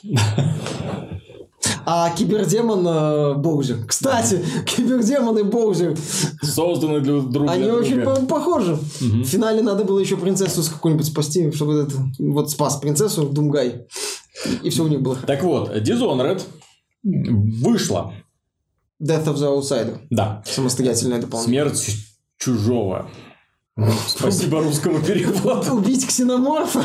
А Кибердемон Боузер. Кстати, Кибердемон и Боузер созданы друг для друга. Они очень похожи. В финале надо было еще принцессу с какой-нибудь спасти, чтобы это вот спас принцессу Думгай. И все у них было. Так вот, Dishonored вышла. Death of the Outsider. Да. Самостоятельное дополнение. Смерть чужого. Спасибо русскому переводу. Убить ксеноморфа.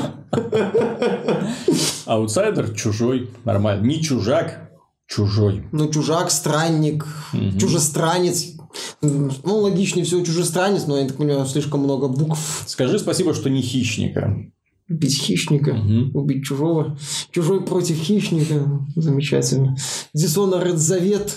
Аутсайдер чужой. Нормально. Не чужак. Чужой. Ну, чужак, странник, чужестранец. Ну, логичнее всего чужестранец, но я так понимаю, слишком много букв. Скажи спасибо, что не хищника. Убить хищника, убить чужого. Чужой против хищника. Замечательно. Dishonored Завет.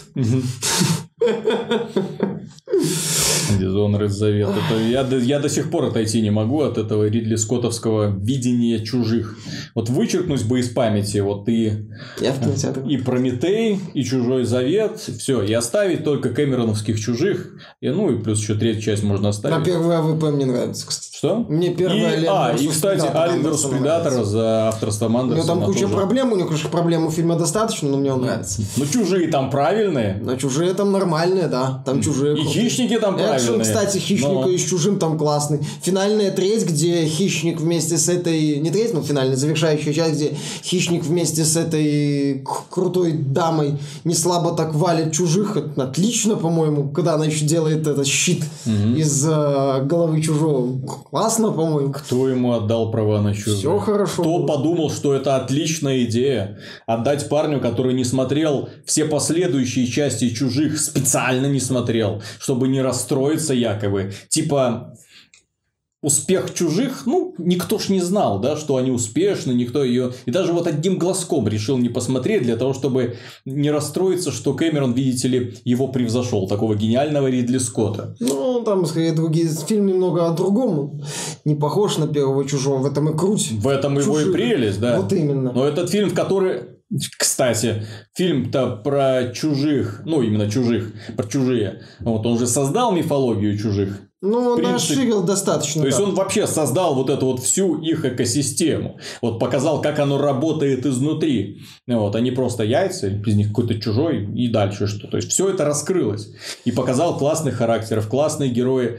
Dishonored Завет. Я до сих пор отойти не могу от этого Ридли Скоттовского видения чужих. Вот вычеркнуть бы из памяти вот и Прометей, и Чужой Завет. Все. И оставить только Кэмероновских чужих. И, ну и плюс еще третью часть можно оставить. А первый АВП мне нравится, кстати. Что? Мне первая и, кстати, Alien vs Predator за авторство Мандерсона. У него там куча проблем. У него, конечно, проблем у фильма достаточно, но мне он нравится. Ну, чужие там правильные. Но чужие там нормальные, да. Там чужие. И хищники там правильные. Экшен, кстати, хищника и с чужим там классный. Финальная треть, где хищник вместе с этой... Не треть, но финальная завершающая часть, где хищник вместе с этой крутой дамой не слабо так валит чужих. Это отлично, по-моему, когда она еще делает этот щит из головы чужого. Классно, по-моему. Кто ему отдал права на чужих? Все хорошо. Кто подумал, что это отличная идея? Отдать парню, который не смотрел все последующие части чужих, специально не смотрел, чтобы не расстроиться якобы. Типа... Успех чужих, ну, никто ж не знал, да, что они успешны, никто ее... И даже вот одним глазком решил не посмотреть для того, чтобы не расстроиться, что Кэмерон, видите ли, его превзошел, такого гениального Ридли Скотта. Ну, там, скорее, другие... Фильм немного о другом. Не похож на первого чужого, в этом и круть. В этом его и прелесть, да. Вот именно. Но этот фильм, в который... Кстати, фильм-то про чужих, ну, именно чужих, про чужие. Вот он же создал мифологию чужих. Ну, он расширил достаточно. То есть он вообще создал вот эту вот всю их экосистему. Вот показал, как оно работает изнутри. Вот, они просто яйца, из них какой-то чужой и дальше что. То есть все это раскрылось. И показал классных характеров, классные герои.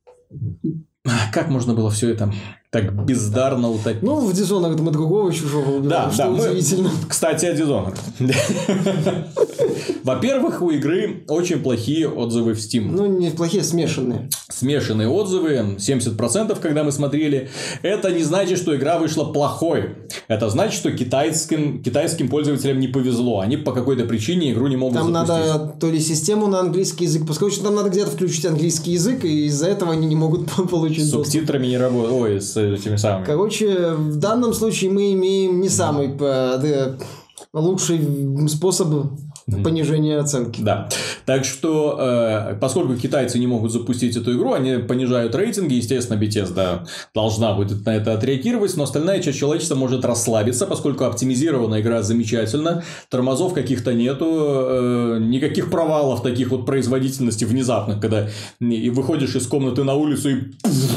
Как можно было все это так бездарно утопить? Ну, в Dishonored мы другого чужого убиваем, что удивительно. Кстати, о Dishonored. Во-первых, у игры очень плохие отзывы в Steam. Ну, не плохие, смешанные. Смешанные отзывы, 70%, когда мы смотрели. Это не значит, что игра вышла плохой. Это значит, что китайским пользователям не повезло. Они по какой-то причине игру не могут запустить. Там надо то ли систему на английский язык, поскольку там надо где-то включить английский язык, и из-за этого они не могут получить с субтитрами не работает. Ой, с этими самыми. Короче, в данном случае мы имеем не самый лучший способ понижения оценки. Да. Так что, поскольку китайцы не могут запустить эту игру, они понижают рейтинги. Естественно, Bethesda должна будет на это отреагировать, но остальная часть человечества может расслабиться, поскольку оптимизирована игра замечательно, тормозов каких-то нету, никаких провалов таких вот производительности внезапных, когда выходишь из комнаты на улицу и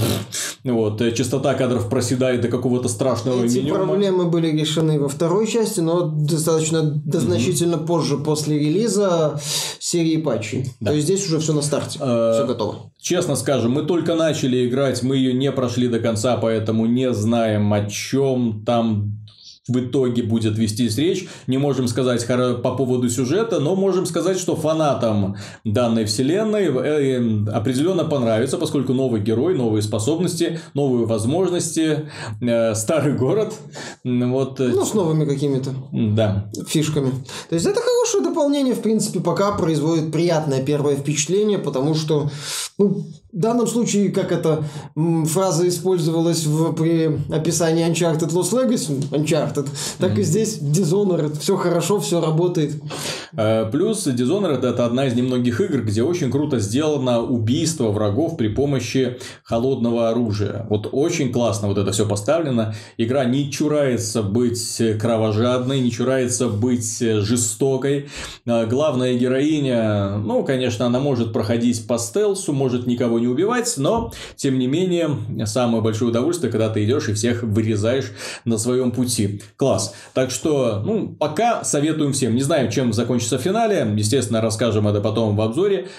вот, частота кадров проседает до какого-то страшного минимума. Эти проблемы были решены во второй части, но достаточно значительно позже, после релиза серии патчей. Да. То есть здесь уже все на старте, все готово. Честно скажем, мы только начали играть, мы ее не прошли до конца, поэтому не знаем, о чем там в итоге будет вестись речь. Не можем сказать по поводу сюжета, но можем сказать, что фанатам данной вселенной определенно понравится, поскольку новый герой, новые способности, новые возможности, старый город. Вот. Ну, с новыми какими-то фишками. То есть это хорошее дополнение, в принципе, пока производит приятное первое впечатление, потому что в данном случае, как эта фраза использовалась при описании Uncharted Lost Legacy, Uncharted, так и здесь Dishonored. Все хорошо, все работает. Плюс Dishonored — это одна из немногих игр, где очень круто сделано убийство врагов при помощи холодного оружия. Вот очень классно вот это все поставлено. Игра не чурается быть кровожадной, не чурается быть жестокой. Главная героиня, ну, конечно, она может проходить по стелсу, может никого не убивать, но, тем не менее, самое большое удовольствие, когда ты идешь и всех вырезаешь на своем пути. Класс. Так что, пока советуем всем. Не знаем, чем закончится в финале. Естественно, расскажем это потом в обзоре.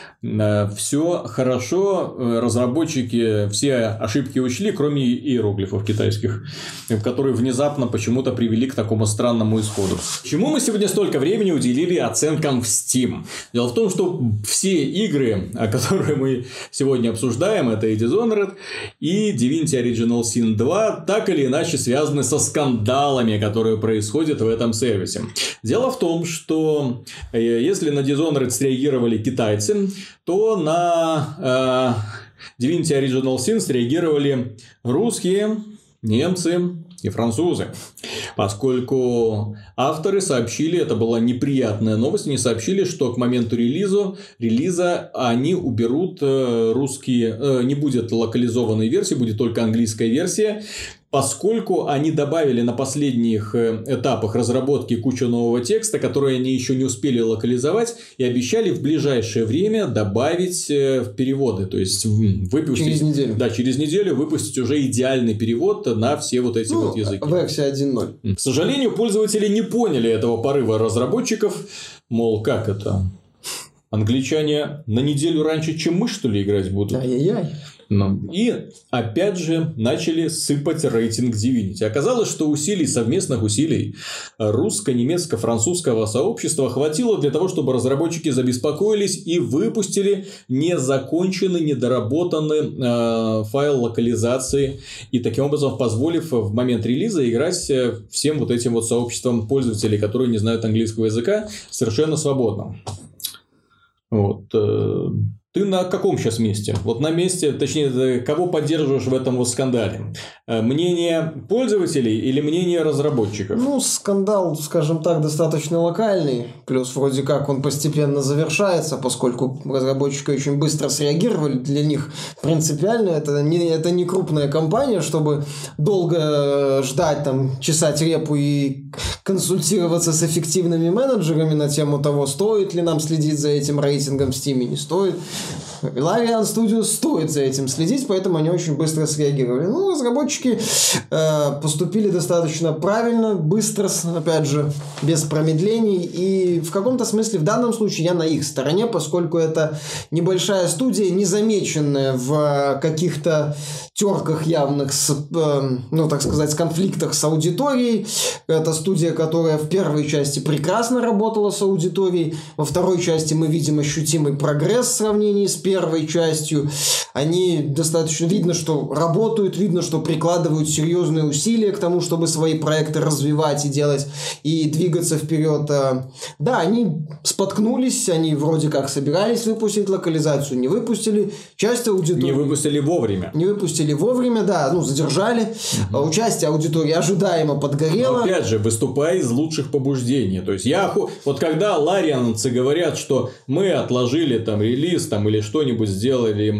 Все хорошо. Разработчики все ошибки учли, кроме иероглифов китайских, которые внезапно почему-то привели к такому странному исходу. Чему мы сегодня столько времени уделили оценкам в Steam? Дело в том, что все игры, которые мы сегодня обсуждаем, это и Dishonored, и Divinity Original Sin 2, так или иначе связаны со скандалами, которые происходят в этом сервисе. Дело в том, что если на Dishonored среагировали китайцы, то на Divinity Original Sin среагировали русские, немцы и французы. Поскольку авторы сообщили, это была неприятная новость, они сообщили, что к моменту релиза они уберут русские, не будет локализованной версии, будет только английская версия. Поскольку они добавили на последних этапах разработки кучу нового текста, который они еще не успели локализовать, и обещали в ближайшее время добавить в переводы. То есть выпустить... Через неделю. Да, через неделю выпустить уже идеальный перевод на все вот эти вот языки. Версия 1.0. К сожалению, пользователи не поняли этого порыва разработчиков. Мол, как это? Англичане на неделю раньше, чем мы, что ли, играть будут? Ай-яй-яй. И опять же начали сыпать рейтинг Divinity. Оказалось, что совместных усилий русско-немецко-французского сообщества хватило для того, чтобы разработчики забеспокоились и выпустили незаконченный, недоработанный файл локализации. И таким образом позволив в момент релиза играть всем вот этим вот сообществам пользователей, которые не знают английского языка, совершенно свободно. Вот. Ты на каком сейчас месте? Вот на месте, точнее, кого поддерживаешь в этом вот скандале? Мнение пользователей или мнение разработчиков? Скандал, скажем так, достаточно локальный. Плюс, вроде как, он постепенно завершается, поскольку разработчики очень быстро среагировали. Для них принципиально это не крупная компания, чтобы долго ждать, чесать репу и консультироваться с эффективными менеджерами на тему того, стоит ли нам следить за этим рейтингом в Steam, не стоит. Larian Studios стоит за этим следить, поэтому они очень быстро среагировали. Ну, разработчики поступили достаточно правильно, быстро, опять же, без промедлений. И в каком-то смысле в данном случае я на их стороне, поскольку это небольшая студия, не замеченная в каких-то терках явных, так сказать, конфликтах с аудиторией. Это студия, которая в первой части прекрасно работала с аудиторией. Во второй части мы видим ощутимый прогресс в сравнении с первой частью. Они достаточно видно, что работают, видно, что прикладывают серьезные усилия к тому, чтобы свои проекты развивать и делать, и двигаться вперед. Да, они споткнулись, они вроде как собирались выпустить локализацию, не выпустили. Часть аудитории... Не выпустили вовремя. Не выпустили вовремя, да, задержали. Участие аудитории ожидаемо подгорело. Но опять же, выступая из лучших побуждений. То есть, вот когда ларианцы говорят, что мы отложили там релиз там, или что-нибудь сделали,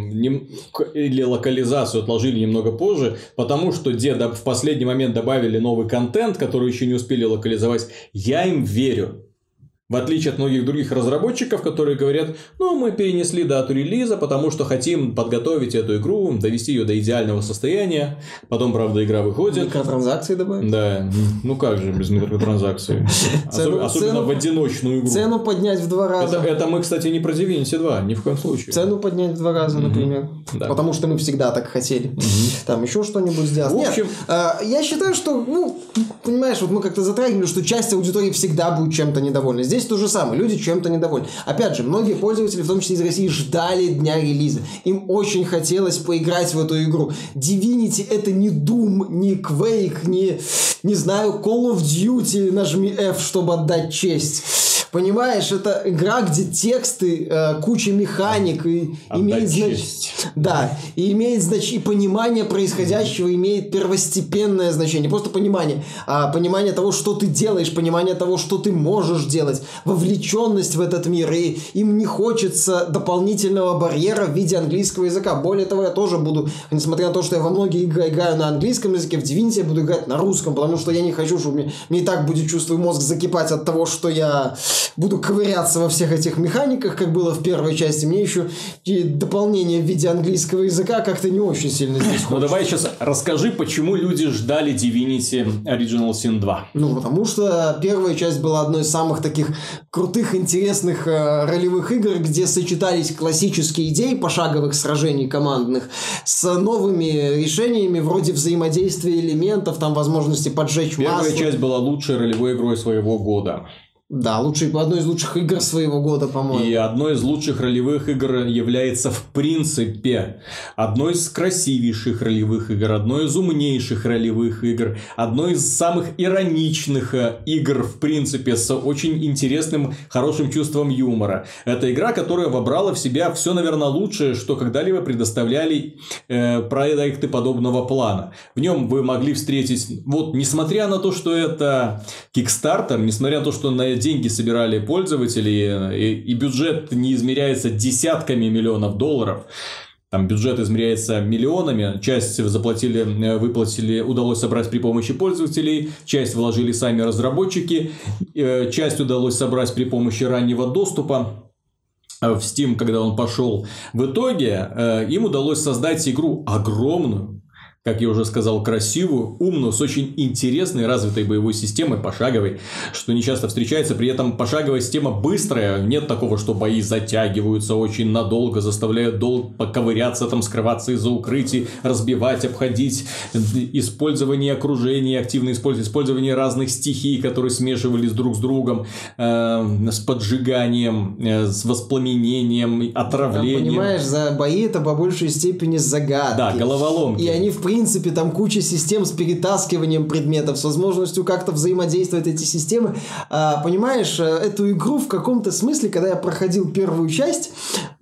или локализацию отложили немного позже, потому что в последний момент добавили новый контент, который еще не успели локализовать, я им верю. В отличие от многих других разработчиков, которые говорят, мы перенесли дату релиза, потому что хотим подготовить эту игру, довести ее до идеального состояния. Потом, правда, игра выходит. Микротранзакции добавить? Да. Как же без микротранзакций? Особенно в одиночную игру. Цену поднять в 2 раза. Это мы, кстати, не про Divinity 2, ни в коем случае. Цену поднять в 2 раза, например. Да. Потому что мы всегда так хотели. Там еще что-нибудь сделать. В общем... я считаю, что, понимаешь, вот мы как-то затрагивали, что часть аудитории всегда будет чем-то недовольна. Здесь то же самое. Люди чем-то недовольны. Опять же, многие пользователи, в том числе из России, ждали дня релиза. Им очень хотелось поиграть в эту игру. Divinity — это не Doom, не Quake, не знаю, Call of Duty, нажми F, чтобы отдать честь. Понимаешь, это игра, где тексты, куча механик и имеет значение. Да, и имеет значение, и понимание происходящего имеет первостепенное значение. Не просто понимание, а понимание того, что ты делаешь, понимание того, что ты можешь делать, вовлеченность в этот мир. И им не хочется дополнительного барьера в виде английского языка. Более того, я тоже буду, несмотря на то, что я во многие игры играю на английском языке, в Divinity я буду играть на русском, потому что я не хочу, чтобы мне и так будет, чувствую, мозг закипать от того, что я буду ковыряться во всех этих механиках, как было в первой части. Мне еще и дополнение в виде английского языка как-то не очень сильно здесь хочется. Давай сейчас расскажи, почему люди ждали Divinity Original Sin 2. Потому что первая часть была одной из самых таких крутых, интересных ролевых игр, где сочетались классические идеи пошаговых сражений командных с новыми решениями вроде взаимодействия элементов, там возможности поджечь масло. Первая часть была лучшей ролевой игрой своего года. Да, одной из лучших игр своего года, по-моему. И одной из лучших ролевых игр является, в принципе, одной из красивейших ролевых игр, одной из умнейших ролевых игр, одной из самых ироничных игр, в принципе, с очень интересным, хорошим чувством юмора. Это игра, которая вобрала в себя все, наверное, лучшее, что когда-либо предоставляли проекты подобного плана. В нем вы могли встретить, несмотря на то, что это Kickstarter, несмотря на то, что на деньги собирали пользователи, и бюджет не измеряется десятками миллионов долларов. Там бюджет измеряется миллионами, часть выплатили, удалось собрать при помощи пользователей, часть вложили сами разработчики, часть удалось собрать при помощи раннего доступа в Steam, когда он пошел. В итоге им удалось создать игру огромную, как я уже сказал, красивую, умную, с очень интересной, развитой боевой системой, пошаговой, что не часто встречается. При этом пошаговая система быстрая. Нет такого, что бои затягиваются очень надолго, заставляют долго поковыряться, скрываться из-за укрытий, разбивать, обходить. Использование окружения, активное использование разных стихий, которые смешивались друг с другом, с поджиганием, с воспламенением, отравлением. Понимаешь, за бои это по большей степени загадки. Да, головоломки. И они, в принципе, там куча систем с перетаскиванием предметов, с возможностью как-то взаимодействовать эти системы. Понимаешь, эту игру в каком-то смысле, когда я проходил первую часть,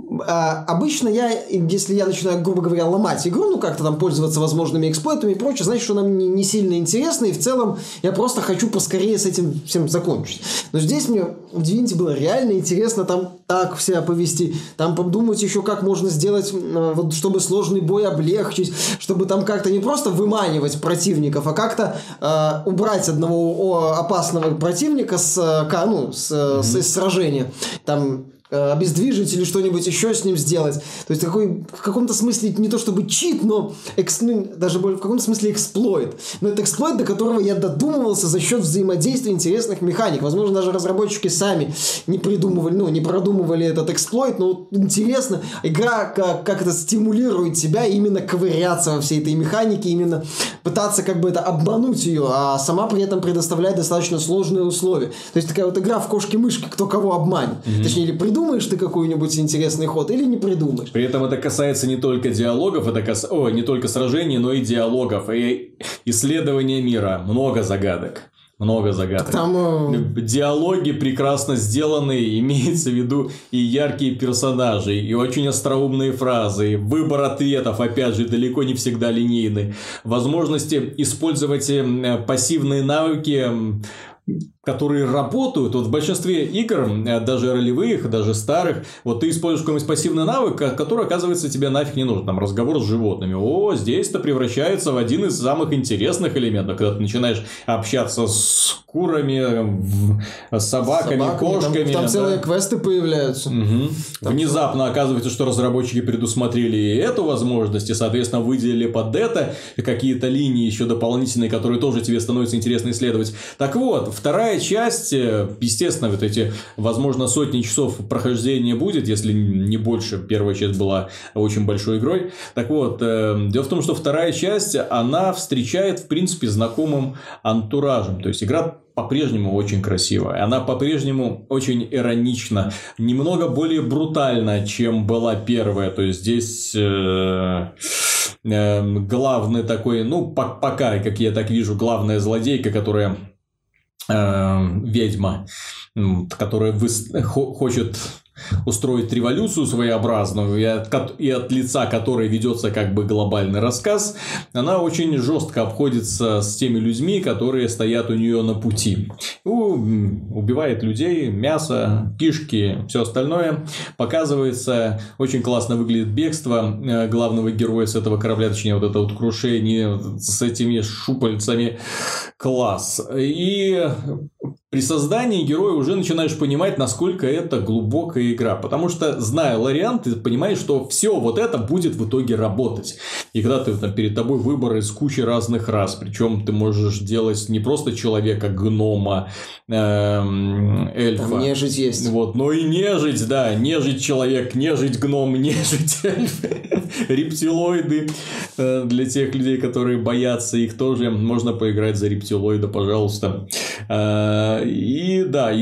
обычно если я начинаю, грубо говоря, ломать игру, как-то там пользоваться возможными эксплойтами и прочее, значит, что она мне не сильно интересна, и в целом я просто хочу поскорее с этим всем закончить. Но здесь мне в Divinity было реально интересно там так себя повести, там подумать еще, как можно сделать, чтобы сложный бой облегчить, чтобы там как-то не просто выманивать противников, а как-то убрать одного опасного противника с сражения. Там обездвижить или что-нибудь еще с ним сделать. То есть такой в каком-то смысле не то чтобы чит, но даже в каком-то смысле эксплойт. Но это эксплойт, до которого я додумывался за счет взаимодействия интересных механик. Возможно, даже разработчики сами не продумывали этот эксплойт, но интересно, игра как это стимулирует тебя именно ковыряться во всей этой механике, именно пытаться как бы это обмануть ее, а сама при этом предоставлять достаточно сложные условия. То есть такая вот игра в кошки-мышки, кто кого обманет. Точнее, или придумаешь ты какой-нибудь интересный ход, или не придумаешь. При этом это касается не только диалогов, не только сражений, но и диалогов, и исследования мира. Много загадок. Много загадок. Там... Диалоги прекрасно сделаны, имеется в виду и яркие персонажи, и очень остроумные фразы, и выбор ответов, опять же, далеко не всегда линейный. Возможности использовать пассивные навыки, которые работают. Вот в большинстве игр, даже ролевых, даже старых, вот ты используешь какой-нибудь пассивный навык, который, оказывается, тебе нафиг не нужен. Там разговор с животными. Здесь это превращается в один из самых интересных элементов, когда ты начинаешь общаться с курами, с собаками, кошками. Там целые квесты появляются. Внезапно оказывается, что разработчики предусмотрели и эту возможность, и, соответственно, выделили под это какие-то линии еще дополнительные, которые тоже тебе становится интересно исследовать. Так вот, вторая часть, естественно, вот эти, возможно, сотни часов прохождения будет, если не больше. Первая часть была очень большой игрой. Так вот, дело в том, что вторая часть, она встречает, в принципе, знакомым антуражем. То есть, игра по-прежнему очень красивая. Она по-прежнему очень иронична. Немного более брутальна, чем была первая. То есть, здесь... главный такой, пока, как я так вижу, главная злодейка, которая ведьма, которая хочет устроить революцию своеобразную, и от лица которой ведется как бы глобальный рассказ, она очень жестко обходится с теми людьми, которые стоят у нее на пути. Убивает людей, мясо, пишки, все остальное. Показывается, очень классно выглядит бегство главного героя с этого корабля, точнее, вот это вот крушение с этими шупальцами. Класс. И при создании героя уже начинаешь понимать, насколько это глубокая игра. Потому что, зная Лориан, ты понимаешь, что все вот это будет в итоге работать. И когда перед тобой выбор из кучи разных рас. Причем ты можешь делать не просто человека, гнома, эльфа. Там нежить есть. Но и нежить, да. Нежить человек, нежить гном, нежить эльф. Рептилоиды. Для тех людей, которые боятся их тоже. Можно поиграть за рептилоида, пожалуйста. И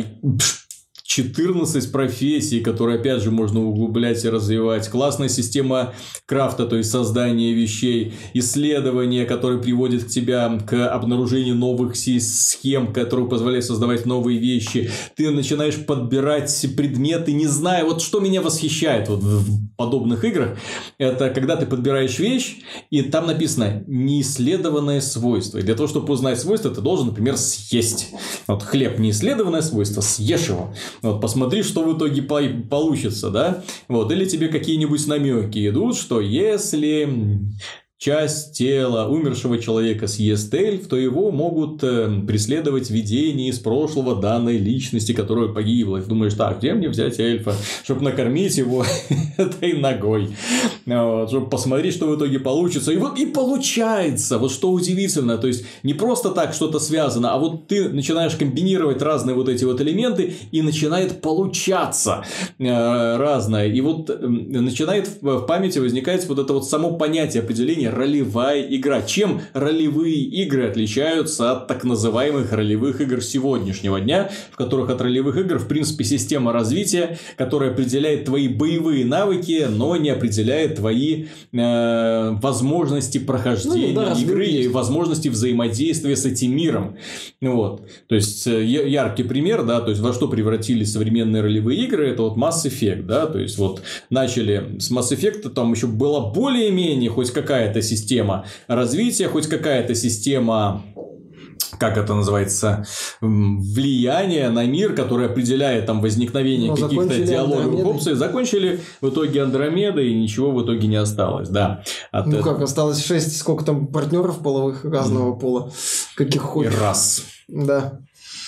14 профессий, которые, опять же, можно углублять и развивать. Классная система крафта, то есть создания вещей, исследования, которые приводят тебя к обнаружению новых схем, которые позволяют создавать новые вещи. Ты начинаешь подбирать предметы, не зная, вот что меня восхищает в подобных играх, это когда ты подбираешь вещь, и там написано неисследованное свойство. И для того, чтобы узнать свойство, ты должен, например, съесть. Хлеб неисследованное свойство, съешь его. Посмотри, что в итоге получится, да? Или тебе какие-нибудь намеки идут, что если часть тела умершего человека съест эльф, то его могут преследовать видения из прошлого данной личности, которая погибла. И ты думаешь, где мне взять эльфа, чтобы накормить его этой ногой, чтобы посмотреть, что в итоге получится. И получается, что удивительно, то есть не просто так что-то связано, а ты начинаешь комбинировать разные эти элементы, и начинает получаться разное. И начинает в памяти возникать это само понятие, определение ролевая игра. Чем ролевые игры отличаются от так называемых ролевых игр сегодняшнего дня, в которых от ролевых игр, в принципе, система развития, которая определяет твои боевые навыки, но не определяет твои возможности прохождения игры и возможности взаимодействия с этим миром. То есть, яркий пример, то есть, во что превратились современные ролевые игры, это Mass Effect, то есть, начали с Mass Effect, там еще была более-менее хоть какая-то система развития, хоть какая-то система, как это называется, влияние на мир, которое определяет возникновение каких-то диалоговых опций. Закончили в итоге Андромеда, и ничего в итоге не осталось, да. Осталось 6, сколько там партнеров половых разного пола, каких хочешь. И раз. Да.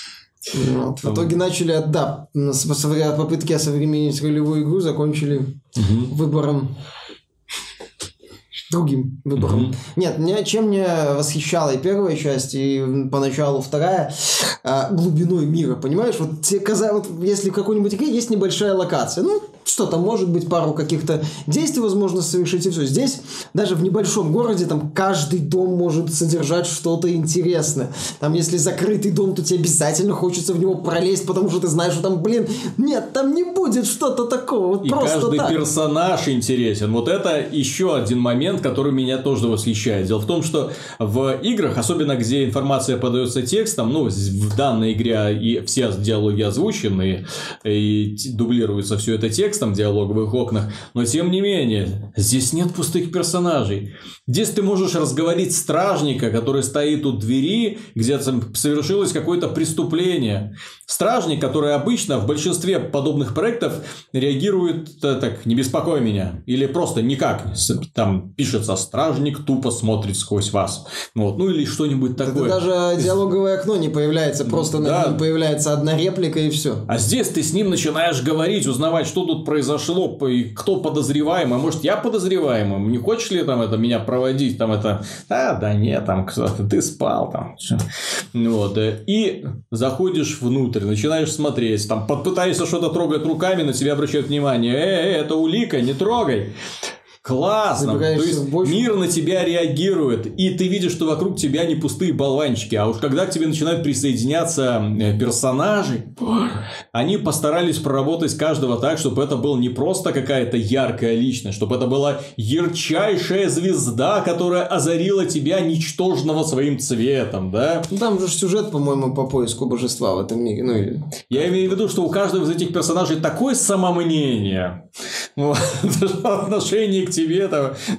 Вот. В итоге начали, попытки осовременить ролевую игру закончили выбором. Другим выбором. Нет, чем меня восхищала и первая часть, и поначалу вторая, глубиной мира, понимаешь? Вот тебе казалось, если в какой-нибудь игре есть небольшая локация, что там, может быть, пару каких-то действий возможно совершить, и все. Здесь, даже в небольшом городе, там каждый дом может содержать что-то интересное. Там, если закрытый дом, то тебе обязательно хочется в него пролезть, потому что ты знаешь, что там, нет, там не будет что-то такого. Вот и просто каждый так. персонаж интересен. Вот это еще один момент, который меня тоже восхищает. Дело в том, что в играх, особенно где информация подается текстом, в данной игре и все диалоги озвучены, и дублируется все это текстом в диалоговых окнах, но тем не менее, здесь нет пустых персонажей. Здесь ты можешь разговорить стражника, который стоит у двери, где совершилось какое-то преступление. Стражник, который обычно в большинстве подобных проектов реагирует так: не беспокой меня, или просто никак. Там пишется: стражник тупо смотрит сквозь вас. Или что-нибудь такое. Даже диалоговое окно не появляется, просто на нем появляется одна реплика и все. А здесь ты с ним начинаешь говорить, узнавать, что тут произошло, и кто подозреваемый. Может, я подозреваемый? Не хочешь ли меня проводить? Нет, кто-то, ты спал там. И заходишь внутрь, начинаешь смотреть, пытаешься что-то трогать руками, на тебя обращают внимание: это улика, не трогай. Классно. То есть мир на тебя реагирует, и ты видишь, что вокруг тебя не пустые болванчики. А уж когда к тебе начинают присоединяться персонажи, они постарались проработать каждого так, чтобы это был не просто какая-то яркая личность, чтобы это была ярчайшая звезда, которая озарила тебя ничтожного своим цветом, да? Там же сюжет, по-моему, по поиску божества в этом мире. Я имею в виду, что у каждого из этих персонажей такое самомнение, отношение к тебе,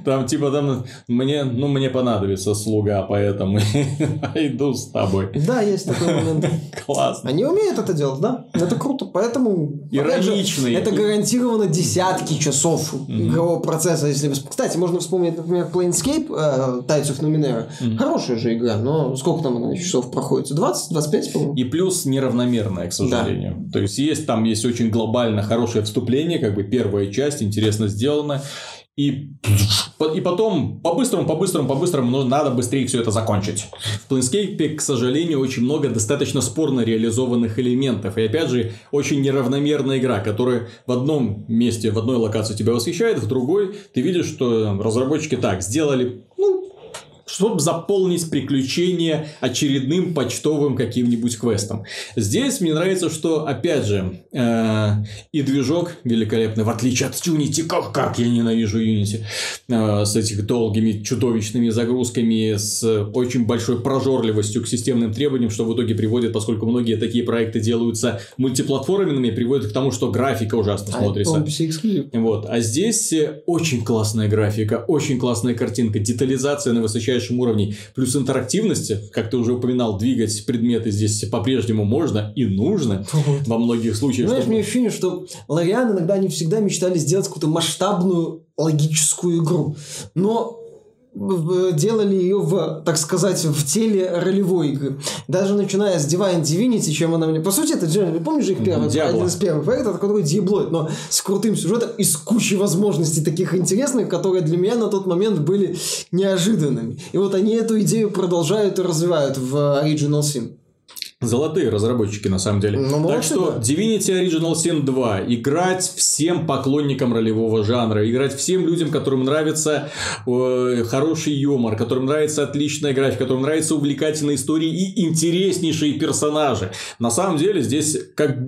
мне понадобится слуга, поэтому иду с тобой. Да, есть такой момент. Классно. Они умеют это делать, да? Это круто, поэтому... Ироничный. Это гарантированно десятки часов игрового процесса. Кстати, можно вспомнить, например, Planescape, Tides of Numenera. Хорошая же игра, но сколько там она часов проходит? 20-25, по-моему? И плюс неравномерная, к сожалению. Да. То есть, там есть очень глобально хорошее вступление, первая часть, интересно сделана. И потом по-быстрому надо быстрее все это закончить. В Planescape, к сожалению, очень много достаточно спорно реализованных элементов. И опять же, очень неравномерная игра, которая в одном месте, в одной локации тебя восхищает, в другой ты видишь, что разработчики так сделали, чтобы заполнить приключения очередным почтовым каким-нибудь квестом. Здесь мне нравится, что, опять же, и движок великолепный, в отличие от Unity. Как я ненавижу Unity. С этих долгими чудовищными загрузками, с очень большой прожорливостью к системным требованиям, что в итоге приводит, поскольку многие такие проекты делаются мультиплатформенными, приводит к тому, что графика ужасно смотрится. А здесь очень классная графика, очень классная картинка, детализация на высочайшем уровне, плюс интерактивности, как ты уже упоминал, двигать предметы здесь по-прежнему можно и нужно во многих случаях. Знаешь, мне ощущение, что Лориан иногда не всегда мечтали сделать какую-то масштабную логическую игру, но делали ее так сказать, в теле ролевой игры. Даже начиная с Divine Divinity, чем она мне... По сути, это, помнишь же их один из первых проектов, который Диаблоид, но с крутым сюжетом и с кучей возможностей таких интересных, которые для меня на тот момент были неожиданными. И вот они эту идею продолжают и развивают в Original Sin. Золотые разработчики, на самом деле. Так что Divinity Original Sin 2. Играть всем поклонникам ролевого жанра. Играть всем людям, которым нравится хороший юмор, которым нравится отличная графика, которым нравятся увлекательные истории и интереснейшие персонажи. На самом деле, здесь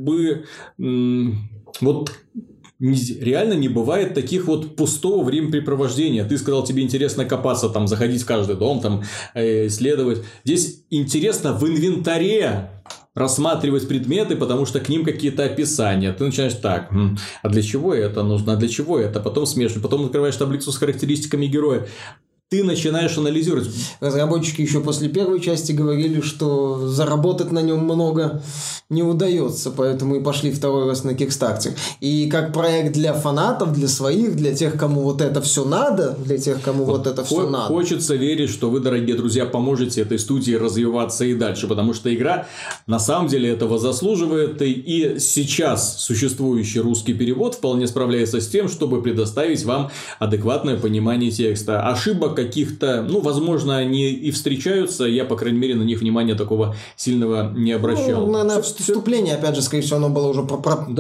реально не бывает таких пустого времяпрепровождения. Ты сказал, тебе интересно копаться, заходить в каждый дом, исследовать. Здесь интересно в инвентаре рассматривать предметы, потому что к ним какие-то описания. Ты начинаешь так: а для чего это нужно, а для чего это? Потом смешиваешь, потом открываешь таблицу с характеристиками героя. ты начинаешь анализировать. Разработчики еще после первой части говорили, что заработать на нем много не удается, поэтому и пошли второй раз на Kickstarter. И как проект для фанатов, для своих, для тех, кому вот это все надо, для тех, кому вот это все надо. Хочется верить, что вы, дорогие друзья, поможете этой студии развиваться и дальше, потому что игра на самом деле этого заслуживает, и сейчас существующий русский перевод вполне справляется с тем, чтобы предоставить вам адекватное понимание текста. Ошибок каких-то, возможно, они и встречаются, я, по крайней мере, на них внимания такого сильного не обращал. На вступление, опять же, скорее всего, оно было уже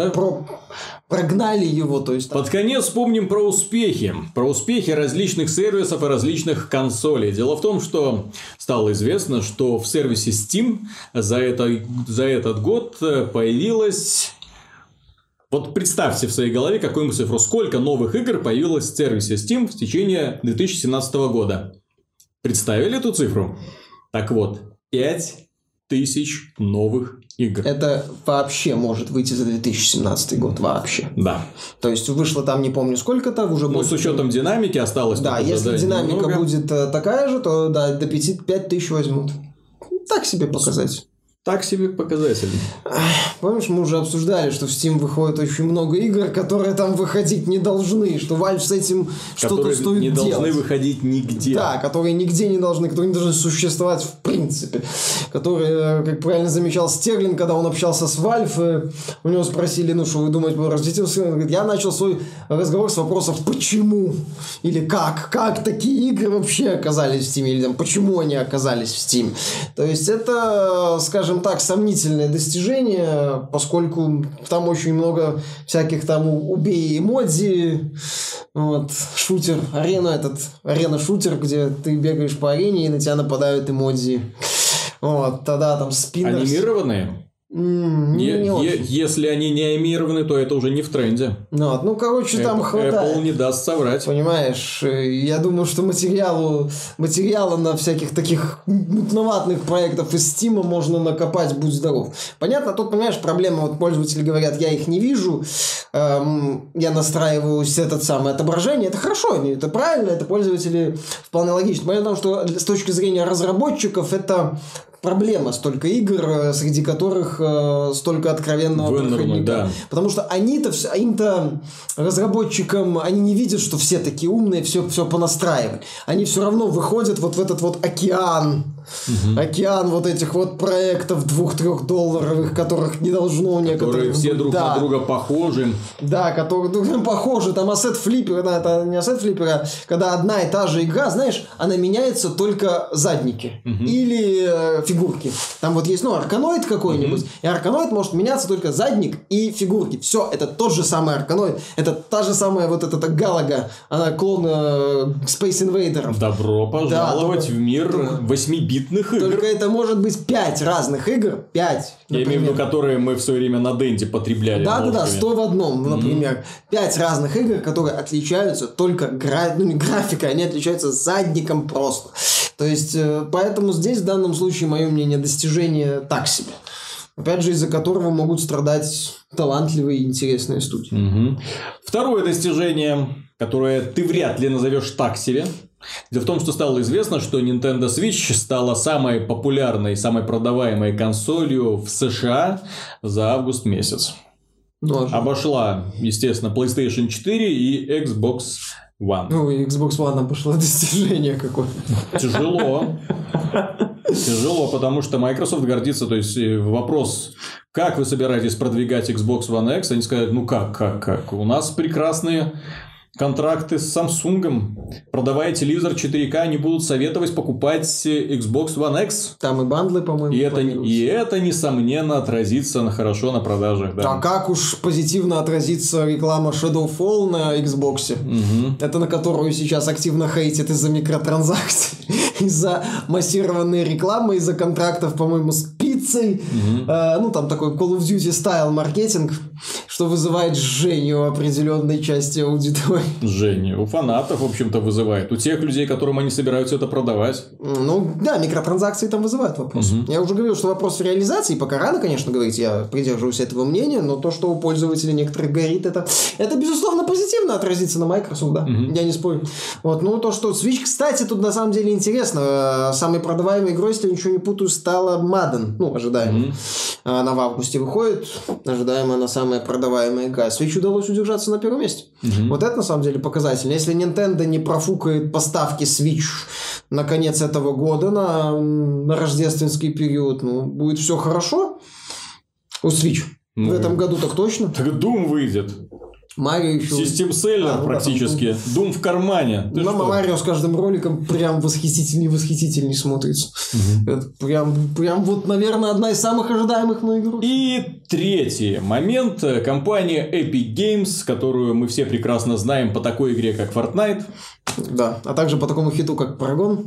прогнали его, то есть... Под конец вспомним про успехи. Про успехи различных сервисов и различных консолей. Дело в том, что стало известно, что в сервисе Steam за этот год появилось... Вот представьте в своей голове какую-нибудь цифру. Сколько новых игр появилось в сервисе Steam в течение 2017 года? Представили эту цифру? Так вот, 5000 новых игр. Это вообще может выйти за 2017 год. Вообще. Да. То есть, вышло там, не помню сколько-то, уже будет... с учетом динамики осталось... Да, если динамика немного. будет такая же, то да, до 5000 возьмут. Так себе показать. Так себе показатель. Помнишь, мы уже обсуждали, что в Steam выходит очень много игр, которые там выходить не должны, что Valve с этим что-то стоит не делать. должны выходить нигде. Да, которые нигде не должны, которые не должны существовать в принципе. Которые, как правильно замечал Стерлинг, когда он общался с Valve, у него спросили, что вы думаете, он говорит, я начал свой разговор с вопросов «почему?» или «как такие игры вообще оказались в Steam?» или там «почему они оказались в Steam?» То есть, это, скажем так, сомнительное достижение, поскольку там очень много всяких там убей эмодзи, вот, шутер, арена-шутер, где ты бегаешь по арене и на тебя нападают эмодзи. Вот, тогда там спиннер... Анимированные? Если они не анимированы, то это уже не в тренде. Там хватает. Apple не даст соврать. Понимаешь, я думаю, что материала на всяких таких мутноватных проектов из Steam можно накопать, будь здоров. Понятно, тут, понимаешь, проблема, вот пользователи говорят, я их не вижу, я настраиваюсь этот самый отображение, это хорошо, это правильно, это пользователи вполне логично. Понятно, что с точки зрения разработчиков это проблема, столько игр, среди которых столько откровенного проходника. Да. Потому что им-то, разработчикам, они не видят, что все такие умные, все понастраивают. Они все равно выходят вот в этот вот океан. Океан вот этих вот проектов $2-3, которых не должно у некоторых... Которые все друг на друга похожи. Да, которые друг на друга похожи. Там ассет-флиппер, это не ассет-флиппер, а когда одна и та же игра, знаешь, она меняется только задники. Или фигурки. Там вот есть, арканоид какой-нибудь, и арканоид может меняться только задник и фигурки. Все, это тот же самый арканоид. Это та же самая вот эта Галага. Она клон Space Invader. Добро пожаловать в мир 8-битных игр. Только это может быть 5 разных игр. 5. Я имею в виду, которые мы в свое время на Денде потребляли. Да, 100 в одном, например. 5 разных игр, которые отличаются только графикой, они отличаются задником просто. То есть, поэтому здесь в данном случае, мое мнение, достижение так себе. Опять же, из-за которого могут страдать талантливые и интересные студии. Второе достижение, которое ты вряд ли назовешь так себе. Дело в том, что стало известно, что Nintendo Switch стала самой популярной, самой продаваемой консолью в США за август месяц. Обошла, естественно, PlayStation 4 и Xbox One. Xbox One обошла достижение какое-то. Тяжело, потому что Microsoft гордится, то есть вопрос, как вы собираетесь продвигать Xbox One X, они сказали, как, у нас прекрасные контракты с Samsung, продавая телевизор 4К, они будут советовать покупать Xbox One X. Там и бандлы, по-моему, и это, несомненно, отразится хорошо на продажах. Да. А как уж позитивно отразится реклама Shadowfall на Xbox, это на которую сейчас активно хейтят из-за микротранзакций, из-за массированной рекламы, из-за контрактов, по-моему, с пиццей. Там такой Call of Duty стайл маркетинг, что вызывает жжение у определенной части аудитории. Жжение. У фанатов, в общем-то, вызывает. У тех людей, которым они собираются это продавать. Ну, да, микротранзакции там вызывают вопрос. Я уже говорил, что вопрос в реализации, пока рано, конечно, говорить, я придерживаюсь этого мнения, но то, что у пользователей некоторых горит, это безусловно, позитивно отразится на Microsoft, да, я не спорю. Вот, ну, то, что Switch, кстати, тут на самом деле интересно. Самой продаваемой игрой, если я ничего не путаю, стала Madden, ну, ожидаемо. Она в августе выходит, ожидаемо она самая продаваемая игра. Switch удалось удержаться на первом месте. Вот это, на самом деле, показательно. Если Nintendo не профукает поставки Switch на конец этого года, на рождественский период, ну, будет все хорошо у Switch. В этом году так точно. Так Doom выйдет. Марио еще... Систем-селлер практически. Doom в кармане. Марио с каждым роликом прям восхитительней смотрится. Это прям вот, наверное, одна из самых ожидаемых мной игр. И третий момент. Компания Epic Games, которую мы все прекрасно знаем по такой игре, как Fortnite. Да, а также по такому хиту, как Paragon.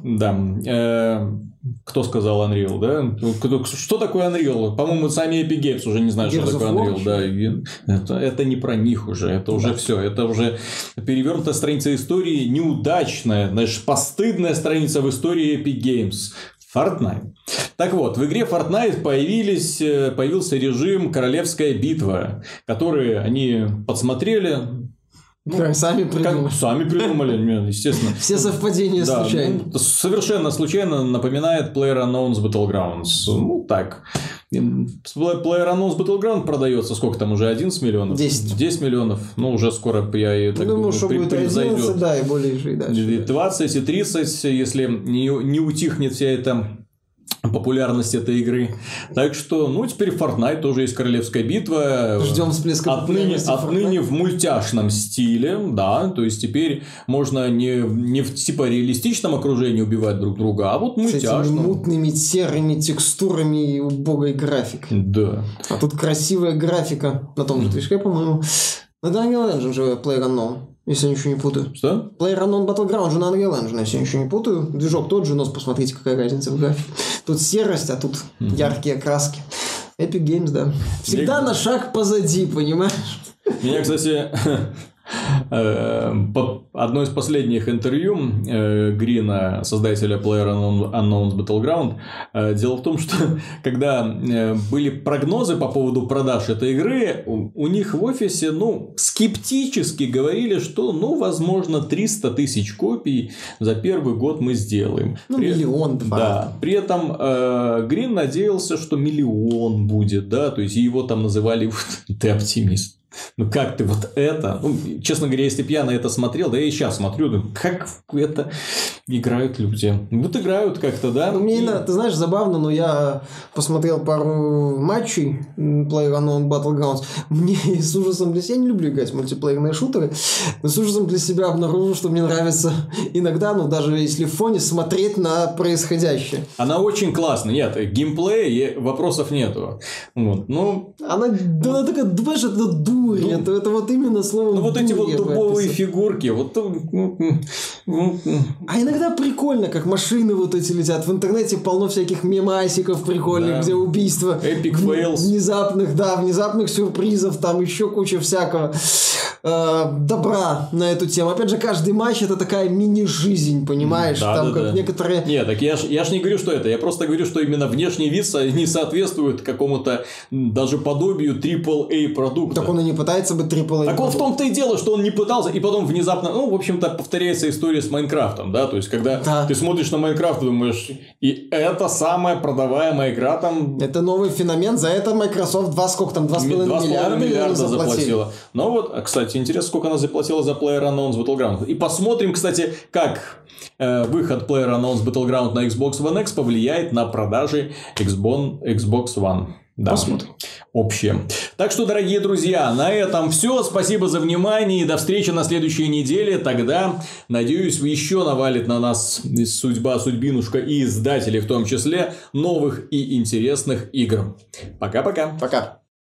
Да. Кто сказал Unreal, да? Что такое Unreal? По-моему, сами Epic Games уже не знают, что такое Unreal. Да. Это не про них уже. Это уже все. Это уже перевернутая страница истории, неудачная, знаешь, постыдная страница в истории Epic Games. Fortnite. Так вот, в игре Fortnite появился режим «Королевская битва», который они подсмотрели. Сами придумали. Сами придумали, естественно. Все совпадения случайны. Совершенно случайно напоминает PlayerUnknown's Battlegrounds. Ну, так. PlayerUnknown's Battleground продается, сколько там уже, 11 миллионов? 10 миллионов. Ну, уже скоро я так думаю, что будет 11, да, и более же и дальше. 20 и 30, если не утихнет вся эта популярность этой игры. Так что, ну, теперь в Fortnite тоже есть королевская битва. Ждем всплеска популярности. Отныне в мультяшном стиле, да. То есть теперь можно не в типа реалистичном окружении убивать друг друга, а вот мультяшном. С этими мутными серыми текстурами и убогой графикой. Да. А тут красивая графика на том же движке, по-моему. На Unreal Engine же PlayerUnknown, если я ничего не путаю. Что? PlayerUnknown Battleground же на Unreal Engine, если я ничего не путаю. Движок тот же, но посмотрите, какая разница в графике. Тут серость, а тут яркие краски. Epic Games, да. Всегда на шаг позади, понимаешь? Меня, кстати, одно из последних интервью Грина, создателя PlayerUnknown's Battleground, дело в том, что когда были прогнозы по поводу продаж этой игры, у них в офисе, скептически говорили, что, возможно, 300 тысяч копий за первый год мы сделаем. Миллион. Да. При этом Грин надеялся, что миллион будет, да, то есть его там называли «ты оптимист». Ну, как ты вот это... честно говоря, если бы я на это смотрел, да я и сейчас смотрю, как это играют люди. Вот играют как-то, да? Ты знаешь, забавно, но я посмотрел пару матчей PlayerUnknown's Battlegrounds. Мне с ужасом для себя... Я не люблю играть в мультиплеерные шутеры, но с ужасом для себя обнаружил, что мне нравится иногда, даже если в фоне, смотреть на происходящее. Она очень классная. Нет, геймплея вопросов нету. Вот, она такая, думаешь, это дурь. Это вот именно слово вот эти вот дубовые фигурки. А иногда прикольно, как машины вот эти летят. В интернете полно всяких мемасиков прикольных, где убийства. Epic fails. Внезапных сюрпризов. Там еще куча всякого добра на эту тему. Опять же, каждый матч это такая мини-жизнь, понимаешь? Некоторые... Нет, так я ж не говорю, что это. Я просто говорю, что именно внешний вид не соответствует какому-то даже подобию AAA продукта. Так он и не пытается быть AAA. Так вот в том-то и дело, что он не пытался, и потом внезапно, в общем-то, повторяется история с Майнкрафтом, да, то есть, когда ты смотришь на Майнкрафт, ты думаешь, и это самая продаваемая игра там... Это новый феномен, за это Microsoft 2,5 миллиарда заплатила. Но вот, кстати, интересно, сколько она заплатила за PlayerUnknown's Battleground. И посмотрим, кстати, как выход PlayerUnknown's Battleground на Xbox One X повлияет на продажи Xbox One. Да. Посмотрим. Общее. Так что, дорогие друзья, на этом все. Спасибо за внимание. И до встречи на следующей неделе. Тогда, надеюсь, еще навалит на нас судьбинушка и издателей, в том числе, новых и интересных игр. Пока-пока. Пока.